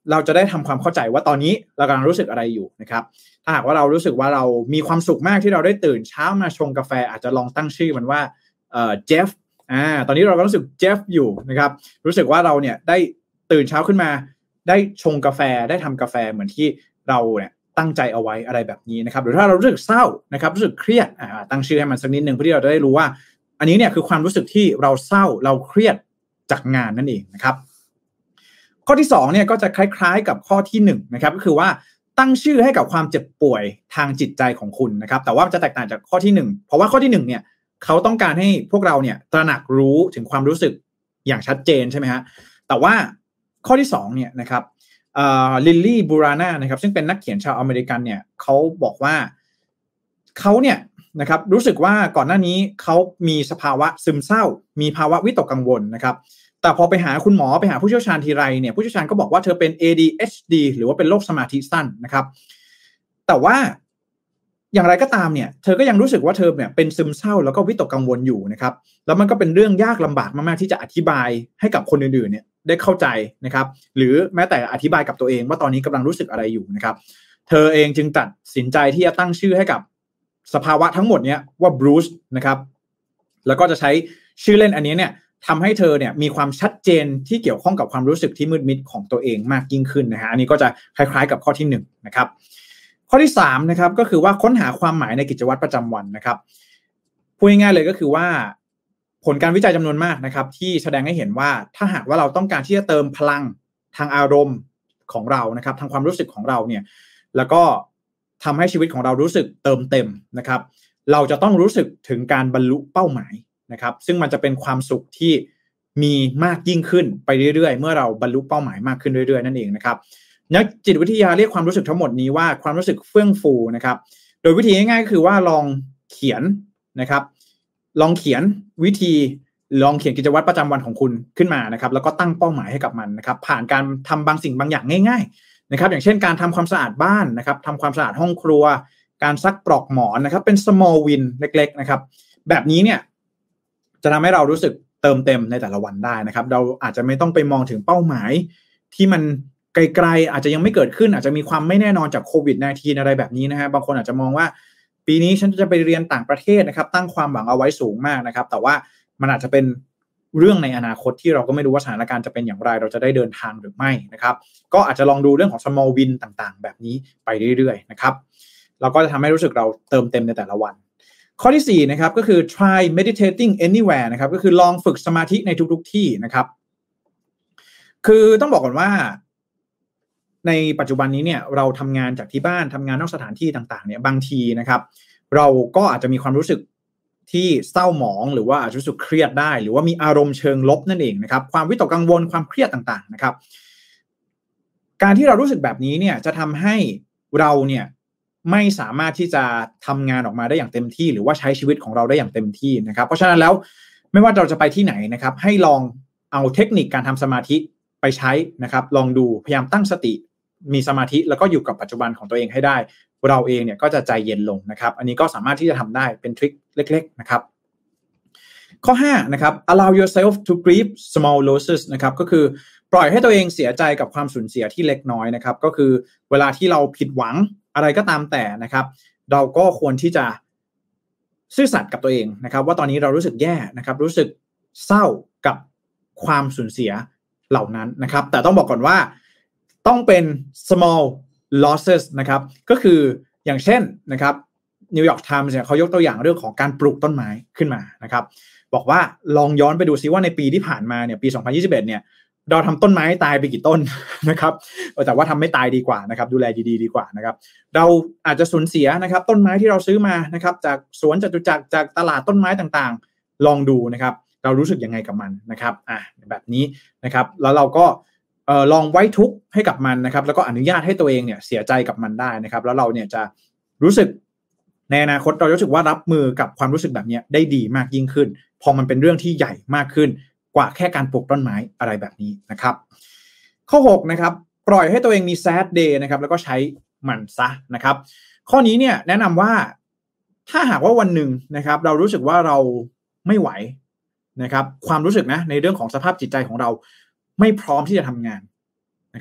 เราจะได้ทำความเข้าใจว่าตอนนี้เรากำลังรู้สึกอะไรอยู่นะครับถ้าหากว่าเรารู้สึกว่าเรามีความสุขมากที่เราได้ตื่นเช้ามาชงกาแฟอาจจะลองตั้งชื่อมันว่าเจฟตอนนี้เราก็รู้สึกเจฟอยู่นะครับรู้สึกว่าเราเนี่ยได้ตื่นเช้าขึ้นมาได้ชงกาแฟได้ทำกาแฟเหมือนที่เราเนี่ยตั้งใจเอาไว้อะไรแบบนี้นะครับหรือถ้าเรารู้สึกเศร้านะครับรู้สึกเครียดตั้งชื่อให้มันสักนิดนึงเพื่อที่เราจะได้รู้ว่าอันนี้เนี่ยคือความรู้สึกที่เราเศร้าเราเครียดจากงานนั่นเองนะครับข้อที่2เนี่ยก็จะคล้ายๆกับข้อที่1นะครับก็คือว่าตั้งชื่อให้กับความเจ็บป่วยทางจิตใจของคุณนะครับแต่ว่าจะแตกต่างจากข้อที่1เพราะว่าข้อที่1เนี่ยเขาต้องการให้พวกเราเนี่ยตระหนักรู้ถึงความรู้สึกอย่างชัดเจนใช่ไหมฮะแต่ว่าข้อที่2เนี่ยนะครับลิลลี่บูราน่านะครับซึ่งเป็นนักเขียนชาวอเมริกันเนี่ยเขาบอกว่าเขาเนี่ยนะครับรู้สึกว่าก่อนหน้านี้เขามีสภาวะซึมเศร้ามีภาวะวิตกกังวลนะครับแต่พอไปหาคุณหมอไปหาผู้เชี่ยวชาญทีไรเนี่ยผู้เชี่ยวชาญก็บอกว่าเธอเป็น ADHD หรือว่าเป็นโรคสมาธิสั้นนะครับแต่ว่าอย่างไรก็ตามเนี่ยเธอก็ยังรู้สึกว่าเธอเนี่ยเป็นซึมเศร้าแล้วก็วิตกกังวลอยู่นะครับแล้วมันก็เป็นเรื่องยากลำบากมากๆที่จะอธิบายให้กับคนอื่นๆเนี่ยได้เข้าใจนะครับหรือแม้แต่อธิบายกับตัวเองว่าตอนนี้กำลังรู้สึกอะไรอยู่นะครับเธอเองจึงตัดสินใจที่จะตั้งชื่อให้กับสภาวะทั้งหมดเนี้ยว่าบรูซนะครับแล้วก็จะใช้ชื่อเล่นอันนี้เนี่ยทำให้เธอเนี่ยมีความชัดเจนที่เกี่ยวข้องกับความรู้สึกที่มืดมิดของตัวเองมากยิ่งขึ้นนะฮะอันนี้ก็จะคล้ายๆกับข้อที่1นะครับข้อที่3นะครับก็คือว่าค้นหาความหมายในกิจวัตรประจำวันนะครับพูดง่ายๆเลยก็คือว่าผลการวิจัยจำนวนมากนะครับที่แสดงให้เห็นว่าถ้าหากว่าเราต้องการที่จะเติมพลังทางอารมณ์ของเรานะครับทางความรู้สึกของเราเนี่ยแล้วก็ทำให้ชีวิตของเรารู้สึกเติมเต็มนะครับเราจะต้องรู้สึกถึงการบรรลุเป้าหมายนะครับซึ่งมันจะเป็นความสุขที่มีมากยิ่งขึ้นไปเรื่อยๆเมื่อเราบรรลุเป้าหมายมากขึ้นเรื่อยๆนั่นเองนะครับนักจิตวิทยาเรียกความรู้สึกทั้งหมดนี้ว่าความรู้สึกเฟื่องฟูนะครับโดยวิธีง่ายๆก็คือว่าลองเขียนนะครับลองเขียนวิธีลองเขียนกิจวัตรประจำวันของคุณขึ้นมานะครับแล้วก็ตั้งเป้าหมายให้กับมันนะครับผ่านการทำบางสิ่งบางอย่างง่ายๆนะครับอย่างเช่นการทำความสะอาดบ้านนะครับทำความสะอาดห้องครัวการซักปลอกหมอนนะครับเป็น small win เล็กๆนะครับแบบนี้เนี่ยจะทำให้เรารู้สึกเติมเต็มในแต่ละวันได้นะครับเราอาจจะไม่ต้องไปมองถึงเป้าหมายที่มันไกลๆอาจจะยังไม่เกิดขึ้นอาจจะมีความไม่แน่นอนจากโควิด -19 อะไรแบบนี้นะฮะบางคนอาจจะมองว่าปีนี้ฉันจะไปเรียนต่างประเทศนะครับตั้งความหวังเอาไว้สูงมากนะครับแต่ว่ามันอาจจะเป็นเรื่องในอนาคตที่เราก็ไม่รู้ว่าสถานการณ์จะเป็นอย่างไรเราจะได้เดินทางหรือไม่นะครับก็อาจจะลองดูเรื่องของ small win ต่างๆแบบนี้ไปเรื่อยๆนะครับเราก็จะทำให้รู้สึกเราเติมเต็มในแต่ละวันข้อที่4นะครับก็คือ try meditating anywhere นะครับก็คือลองฝึกสมาธิในทุกๆที่นะครับคือต้องบอกก่อนว่าในปัจจุบันนี้เนี่ยเราทำงานจากที่บ้านทำงานนอกสถานที่ต่างๆเนี่ยบางทีนะครับเราก็อาจจะมีความรู้สึกที่เศร้าหมองหรือว่าอาจจะรู้สึกเครียดได้หรือว่ามีอารมณ์เชิงลบนั่นเองนะครับความวิตกกังวลความเครียดต่างๆนะครับการที่เรารู้สึกแบบนี้เนี่ยจะทำให้เราเนี่ยไม่สามารถที่จะทำงานออกมาได้อย่างเต็มที่หรือว่าใช้ชีวิตของเราได้อย่างเต็มที่นะครับเพราะฉะนั้นแล้วไม่ว่าเราจะไปที่ไหนนะครับให้ลองเอาเทคนิคการทำสมาธิไปใช้นะครับลองดูพยายามตั้งสติมีสมาธิแล้วก็อยู่กับปัจจุบันของตัวเองให้ได้เราเองเนี่ยก็จะใจเย็นลงนะครับอันนี้ก็สามารถที่จะทำได้เป็นทริคเล็กๆนะครับข้อ5นะครับ allow yourself to grieve small losses นะครับก็คือปล่อยให้ตัวเองเสียใจกับความสูญเสียที่เล็กน้อยนะครับก็คือเวลาที่เราผิดหวังอะไรก็ตามแต่นะครับเราก็ควรที่จะซื่อสัตย์กับตัวเองนะครับว่าตอนนี้เรารู้สึกแย่นะครับรู้สึกเศร้ากับความสูญเสียเหล่านั้นนะครับแต่ต้องบอกก่อนว่าต้องเป็น small losses นะครับก็คืออย่างเช่นนะครับ New York Times เนี่ยเขายกตัวอย่างเรื่องของการปลูกต้นไม้ขึ้นมานะครับบอกว่าลองย้อนไปดูซิว่าในปีที่ผ่านมาเนี่ยปี2021เนี่ยเราทำต้นไม้ตายไปกี่ต้นนะครับแต่ว่าทำไม่ตายดีกว่านะครับดูแลดีๆดีกว่านะครับเราอาจจะสูญเสียนะครับต้นไม้ที่เราซื้อมานะครับจากสวนจตุจักรจากตลาดต้นไม้ต่างๆลองดูนะครับเรารู้สึกยังไงกับมันนะครับแบบนี้นะครับแล้วเราก็ลองไว้ทุกข์ให้กับมันนะครับแล้วก็อนุญาตให้ตัวเองเนี่ยเสียใจกับมันได้นะครับแล้วเราเนี่ยจะรู้สึกในอนาคตเรารู้สึกว่ารับมือกับความรู้สึกแบบนี้ได้ดีมากยิ่งขึ้นพอมันเป็นเรื่องที่ใหญ่มากขึ้นกว่าแค่การปลูกต้นไม้อะไรแบบนี้นะครับข้อ6นะครับปล่อยให้ตัวเองมี sad day นะครับแล้วก็ใช้มันซะนะครับข้อนี้เนี่ยแนะนำว่าถ้าหากว่าวันหนึ่งนะครับเรารู้สึกว่าเราไม่ไหวนะครับความรู้สึกนะในเรื่องของสภาพจิตใจของเราไม่พร้อมที่จะทำงานนะครับ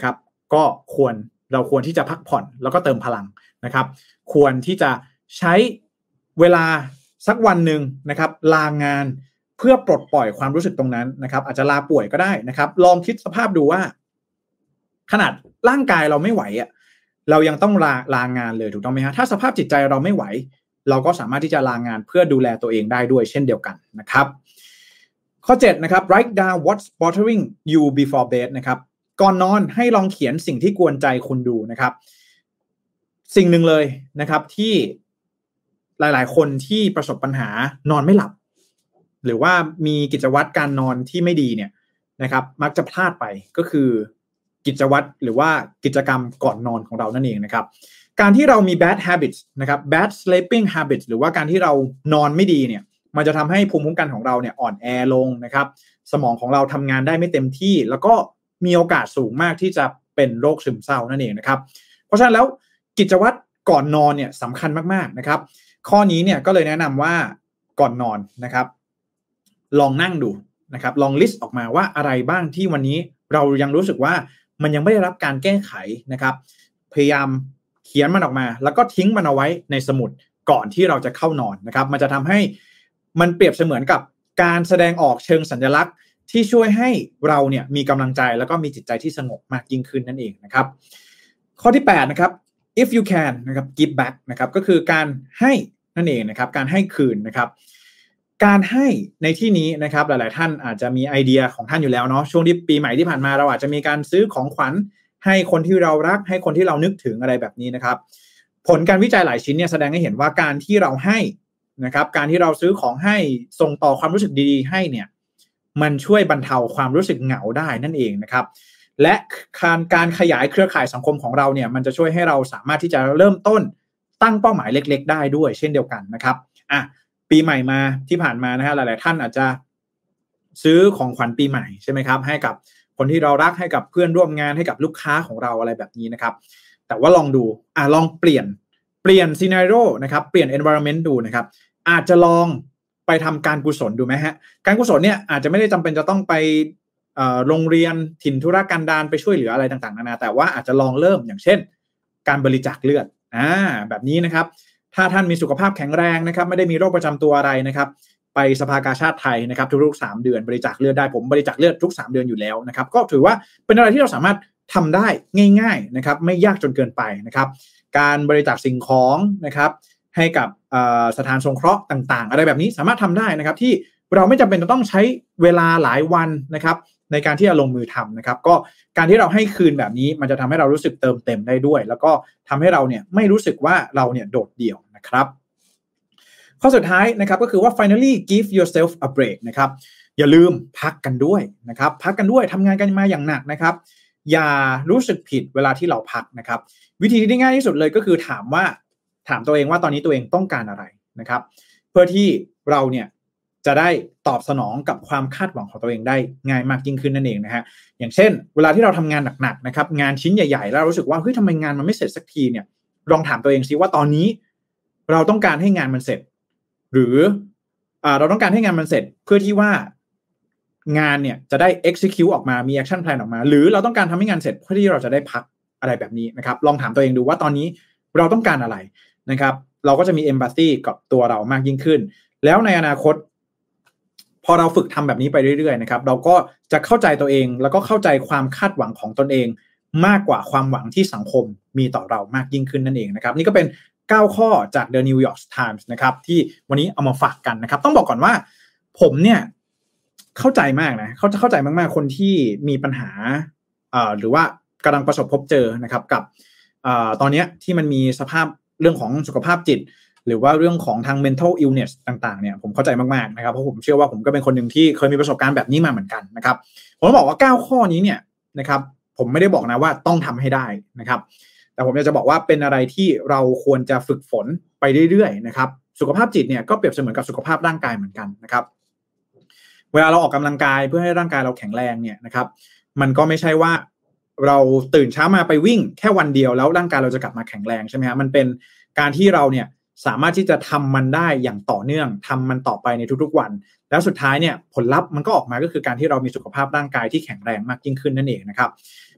ก็เราควรที่จะพักผ่อนแล้วก็เติมพลังนะครับควรที่จะใช้เวลาสักวันหนึ่งนะครับลางานเพื่อปลดปล่อยความรู้สึกตรงนั้นนะครับอาจจะลาป่วยก็ได้นะครับลองคิดสภาพดูว่าขนาดร่างกายเราไม่ไหวอ่ะเรายังต้องลางานเลยถูกต้องไหมฮะถ้าสภาพจิตใจเราไม่ไหวเราก็สามารถที่จะลางานเพื่อดูแลตัวเองได้ด้วยเช่นเดียวกันนะครับข้อ7นะครับ write down what's bothering you before bed นะครับก่อนนอนให้ลองเขียนสิ่งที่กวนใจคุณดูนะครับสิ่งหนึ่งเลยนะครับที่หลายๆคนที่ประสบปัญหานอนไม่หลับหรือว่ามีกิจวัตรการนอนที่ไม่ดีเนี่ยนะครับมักจะพลาดไปก็คือกิจวัตรหรือว่ากิจกรรมก่อนนอนของเรานั่นเองนะครับการที่เรามี bad habits นะครับ bad sleeping habits หรือว่าการที่เรานอนไม่ดีเนี่ยมันจะทำให้ภูมิคุ้มกันของเราเนี่ยอ่อนแอลงนะครับสมองของเราทำงานได้ไม่เต็มที่แล้วก็มีโอกาสสูงมากที่จะเป็นโรคซึมเศร้านั่นเองนะครับเพราะฉะนั้นแล้วกิจวัตรก่อนนอนเนี่ยสำคัญมากๆนะครับข้อนี้เนี่ยก็เลยแนะนำว่าก่อนนอนนะครับลองนั่งดูนะครับลองลิสต์ออกมาว่าอะไรบ้างที่วันนี้เรายังรู้สึกว่ามันยังไม่ได้รับการแก้ไขนะครับพยายามเขียนมันออกมาแล้วก็ทิ้งมันเอาไว้ในสมุดก่อนที่เราจะเข้านอนนะครับมันจะทำให้มันเปรียบเสมือนกับการแสดงออกเชิงสัญลักษณ์ที่ช่วยให้เราเนี่ยมีกำลังใจแล้วก็มีจิตใจที่สงบมากยิ่งขึ้นนั่นเองนะครับข้อที่8นะครับ if you can นะครับ give back นะครับก็คือการให้นั่นเองนะครับการให้คืนนะครับการให้ในที่นี้นะครับหลายๆท่านอาจจะมีไอเดียของท่านอยู่แล้วเนาะช่วงที่ปีใหม่ที่ผ่านมาเราอาจจะมีการซื้อของขวัญให้คนที่เรารักให้คนที่เรานึกถึงอะไรแบบนี้นะครับผลการวิจัยหลายชิ้นเนี่ยแสดงให้เห็นว่าการที่เราให้นะครับการที่เราซื้อของให้ส่งต่อความรู้สึกดีๆให้เนี่ยมันช่วยบรรเทาความรู้สึกเหงาได้นั่นเองนะครับและการขยายเครือข่ายสังคมของเราเนี่ยมันจะช่วยให้เราสามารถที่จะเริ่มต้นตั้งเป้าหมายเล็กๆได้ด้วยเช่นเดียวกันนะครับปีใหม่มาที่ผ่านมานะฮะหลายๆท่านอาจจะซื้อของขวัญปีใหม่ใช่ไหมครับให้กับคนที่เรารักให้กับเพื่อนร่วมงานให้กับลูกค้าของเราอะไรแบบนี้นะครับแต่ว่าลองดูลองเปลี่ยนซีนาริโอนะครับเปลี่ยน environment ดูนะครับอาจจะลองไปทำการกุศลดูไหมฮะการกุศลเนี่ยอาจจะไม่ได้จำเป็นจะต้องไปโรงเรียนถิ่นธุรกันดารไปช่วยเหลืออะไรต่างๆนานาแต่ว่าอาจจะลองเริ่มอย่างเช่นการบริจาคเลือดแบบนี้นะครับถ้าท่านมีสุขภาพแข็งแรงนะครับไม่ได้มีโรคประจำตัวอะไรนะครับไปสภากาชาดไทยนะครับทุกๆ3 เดือนบริจาคเลือดได้ผมบริจาคเลือดทุก3 เดือนอยู่แล้วนะครับก็ถือว่าเป็นอะไรที่เราสามารถทำได้ง่ายๆนะครับไม่ยากจนเกินไปนะครับการบริจาคสิ่งของนะครับให้กับสถานสงเคราะห์ต่างๆอะไรแบบนี้สามารถทำได้นะครับที่เราไม่จำเป็นจะต้องใช้เวลาหลายวันนะครับในการที่จะลงมือทำนะครับก็การที่เราให้คืนแบบนี้มันจะทำให้เรารู้สึกเติมเต็มได้ด้วยแล้วก็ทำให้เราเนี่ยไม่รู้สึกว่าเราเนี่ยโดดเดี่ยวนะครับข้อสุดท้ายนะครับก็คือว่า finally give yourself a break นะครับอย่าลืมพักกันด้วยนะครับพักกันด้วยทำงานกันมาอย่างหนักนะครับอย่ารู้สึกผิดเวลาที่เราพักนะครับวิธีที่ง่ายที่สุดเลยก็คือถามตัวเองว่าตอนนี้ตัวเองต้องการอะไรนะครับเพื่อที่เราเนี่ยจะได้ตอบสนองกับความคาดหวังของตัวเองได้ง่ายมากยิ่งขึ้นนั่นเองนะฮะอย่างเช่นเวลาที่เราทำงานหนักๆนะครับงานชิ้นใหญ่ๆแล้วรู้สึกว่าเฮ้ยทำไมงานมันไม่เสร็จสักทีเนี่ยลองถามตัวเองซิว่าตอนนี้เราต้องการให้งานมันเสร็จหรือเราต้องการให้งานมันเสร็จเพื่อที่ว่างานเนี่ยจะได้ execute ออกมามี action plan ออกมาหรือเราต้องการทำให้งานเสร็จเพื่อที่เราจะได้พักอะไรแบบนี้นะครับลองถามตัวเองดูว่าตอนนี้เราต้องการอะไรนะครับเราก็จะมี empathy กับตัวเรามากยิ่งขึ้นแล้วในอนาคตพอเราฝึกทำแบบนี้ไปเรื่อยๆนะครับเราก็จะเข้าใจตัวเองแล้วก็เข้าใจความคาดหวังของตนเองมากกว่าความหวังที่สังคมมีต่อเรามากยิ่งขึ้นนั่นเองนะครับนี่ก็เป็น9 ข้อจาก The New York Times นะครับที่วันนี้เอามาฝากกันนะครับต้องบอกก่อนว่าผมเนี่ยเข้าใจมากนะเข้าใจมากๆคนที่มีปัญหาหรือว่ากำลังประสบพบเจอนะครับกับตอนนี้ที่มันมีสภาพเรื่องของสุขภาพจิตหรือว่าเรื่องของทาง mental illness ต่างๆเนี่ยผมเข้าใจมากๆนะครับเพราะผมเชื่อว่าผมก็เป็นคนหนึ่งที่เคยมีประสบการณ์แบบนี้มาเหมือนกันนะครับผมบอกว่า9 ข้อนี้เนี่ยนะครับผมไม่ได้บอกนะว่าต้องทำให้ได้นะครับแต่ผมจะบอกว่าเป็นอะไรที่เราควรจะฝึกฝนไปเรื่อยๆนะครับสุขภาพจิตเนี่ยก็เปรียบเสมือนกับสุขภาพร่างกายเหมือนกันนะครับเวลาเราออกกำลังกายเพื่อให้ร่างกายเราแข็งแรงเนี่ยนะครับมันก็ไม่ใช่ว่าเราตื่นเช้ามาไปวิ่งแค่วันเดียวแล้วร่างกายเราจะกลับมาแข็งแรงใช่ไหมฮะมันเป็นการที่เราเนี่ยสามารถที่จะทำมันได้อย่างต่อเนื่องทำมันต่อไปในทุกๆวันแล้วสุดท้ายเนี่ยผลลัพธ์มันก็ออกมาก็คือการที่เรามีสุขภาพร่างกายที่แข็งแรงมากยิ่งขึ้นนั่นเองนะครับ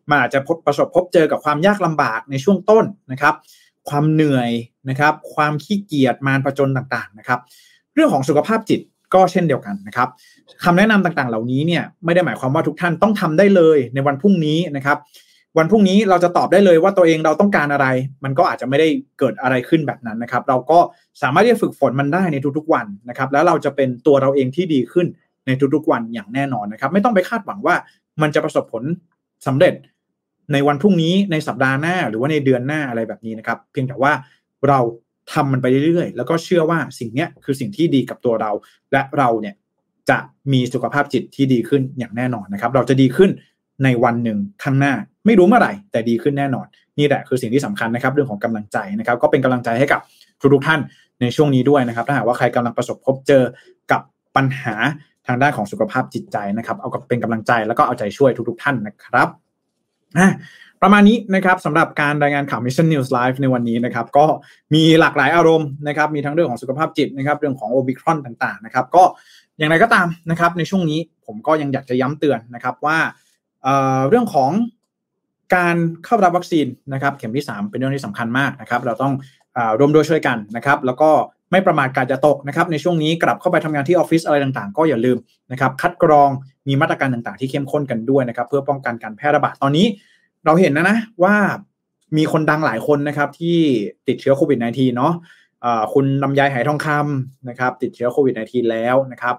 มันอาจจะพบเจอกับความยากลำบากในช่วงต้นนะครับความเหนื่อยนะครับความขี้เกียจมารผจญต่างๆนะครับเรื่องของสุขภาพจิตก็เช่นเดียวกันนะครับคำแนะนำต่างๆเหล่านี้เนี่ยไม่ได้หมายความว่าทุกท่านต้องทำได้เลยในวันพรุ่งนี้นะครับวันพรุ่งนี้เราจะตอบได้เลยว่าตัวเองเราต้องการอะไรมันก็อาจจะไม่ได้เกิดอะไรขึ้นแบบนั้นนะครับเราก็สามารถที่จะฝึกฝนมันได้ในทุกๆวันนะครับแล้วเราจะเป็นตัวเราเองที่ดีขึ้นในทุกๆวันอย่างแน่นอนนะครับไม่ต้องไปคาดหวังว่ามันจะประสบผลสำเร็จในวันพรุ่งนี้ในสัปดาห์หน้าหรือว่าในเดือนหน้าอะไรแบบนี้นะครับเพียงแต่ว่าเราทำมันไปเรื่อยๆแล้วก็เชื่อว่าสิ่งนี้คือสิ่งที่ดีกับตัวเราและเราเนี่ยจะมีสุขภาพจิตที่ดีขึ้นอย่างแน่นอนนะครับเราจะดีขึ้นในวันหนึ่งข้างหน้าไม่รู้เมื่อไหร่แต่ดีขึ้นแน่นอนนี่แหละคือสิ่งที่สำคัญนะครับเรื่องของกำลังใจนะครับก็เป็นกำลังใจให้กับทุกท่านในช่วงนี้ด้วยนะครับถ้าหากว่าใครกำลังประสบพบเจอกับปัญหาทางด้านของสุขภาพจิตใจนะครับเอาเป็นกำลังใจแล้วก็เอาใจช่วยทุกท่านนะครับประมาณนี้นะครับสำหรับการรายงานข่าว Mission News Live ในวันนี้นะครับก็มีหลากหลายอารมณ์นะครับมีทั้งเรื่องของสุขภาพจิตนะครับเรื่องของโอมิครอนต่างๆนะครับก็อย่างไรก็ตามนะครับในช่วงนี้ผมก็ยังอยากจะย้ำเตือนนะครับว่าเรื่องของการเข้ารับวัคซีนนะครับเข็มที่3เป็นเรื่องที่สำคัญมากนะครับเราต้องร่วมด้วยช่วยกันนะครับแล้วก็ไม่ประมาทการจะตกนะครับในช่วงนี้กลับเข้าไปทำงานที่ออฟฟิศอะไรต่างๆก็อย่าลืมนะครับคัดกรองมีมาตรการต่างๆที่เข้มข้นกันด้วยนะครับเพื่อป้องกันการแพร่ระบาดตอนนี้เราเห็นนะว่ามีคนดังหลายคนนะครับที่ติดเชื้อโควิด -19 เนาะคุณลำไยไหทองคำนะครับติดเชื้อโควิด -19 แล้วนะครับ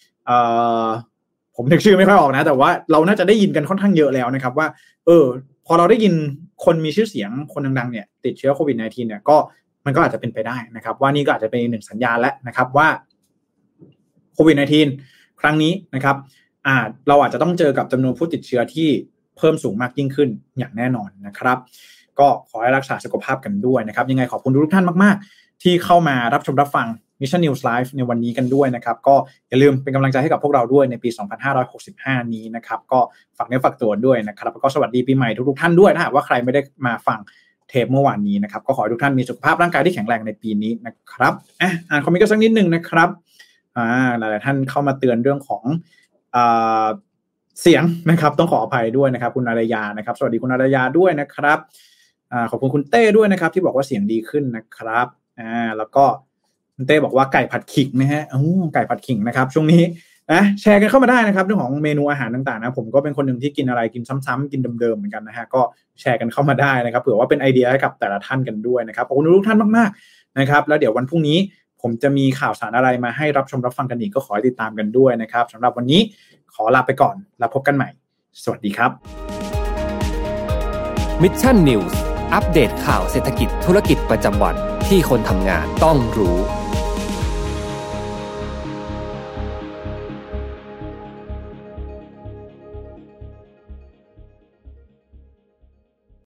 ผมนึกชื่อไม่ค่อยออกนะแต่ว่าเราน่าจะได้ยินกันค่อนข้างเยอะแล้วนะครับว่าพอเราได้ยินคนมีชื่อเสียงคนดังๆเนี่ยติดเชื้อโควิด -19 เนี่ยก็มันก็อาจจะเป็นไปได้นะครับว่านี่ก็อาจจะเป็นหนึ่งสัญญาณแล้วนะครับว่าโควิด -19 ครั้งนี้นะครับเราอาจจะต้องเจอกับจำนวนผู้ติดเชื้อที่เพิ่มสูงมากยิ่งขึ้นอย่างแน่นอนนะครับก็ขอให้รักษาสุขภาพกันด้วยนะครับยังไงขอบคุณทุกท่านมากๆที่เข้ามารับชมรับฟัง Mission News Live ในวันนี้กันด้วยนะครับก็อย่าลืมเป็นกำลังใจให้กับพวกเราด้วยในปี 2565 นี้นะครับก็ฝากเนื้อฝากตัวด้วยนะครับแล้วก็สวัสดีปีใหม่ทุกๆท่านด้วยถ้าหากว่าใครไม่ได้มาฟังเทปเมื่อวานนี้นะครับก็ขอให้ทุกท่านมีสุขภาพร่างกายที่แข็งแรงในปีนี้นะครับอ่านคอมเมนต์กันสักนิดนึงนะครับหลายๆท่านเข้ามาเตือนเรื่องของเสียงนะครับต้องขออภัยด้วยนะครับคุณอารยานะครับสวัสดีคุณอารยาด้วยนะครับขอบคุณคุณเต้ด้วยนะครับที่บอกว่าเสียงดีขึ้นนะครับแล้วก็คุณเต้บอกว่าไก่ผัดขิงนะฮะไก่ผัดขิงนะครับช่วงนี้นะแชร์กันเข้ามาได้นะครับเรื่องของเมนูอาหารต่างๆนะผมก็เป็นคนหนึ่งที่กินอะไรกินซ้ำๆกินเดิมๆเหมือนกันนะฮะก็แชร์กันเข้ามาได้นะครับเผื่อว่าเป็นไอเดียให้กับแต่ละท่านกันด้วยนะครับขอบคุณทุกท่านมากๆนะครับแล้วเดี๋ยววันพรุ่งนี้ผมจะมีข่าวสารอะไรมาให้รับชมรับฟังกันอีกก็ขอให้ติดตามกันด้วยนะครับสำหรับวันนี้ขอลาไปก่อนแล้วพบกันใหม่สวัสดีครับ Mission News อัปเดตข่าวเศรษฐกิจธุรกิจประจำวันที่คนทำงานต้องรู้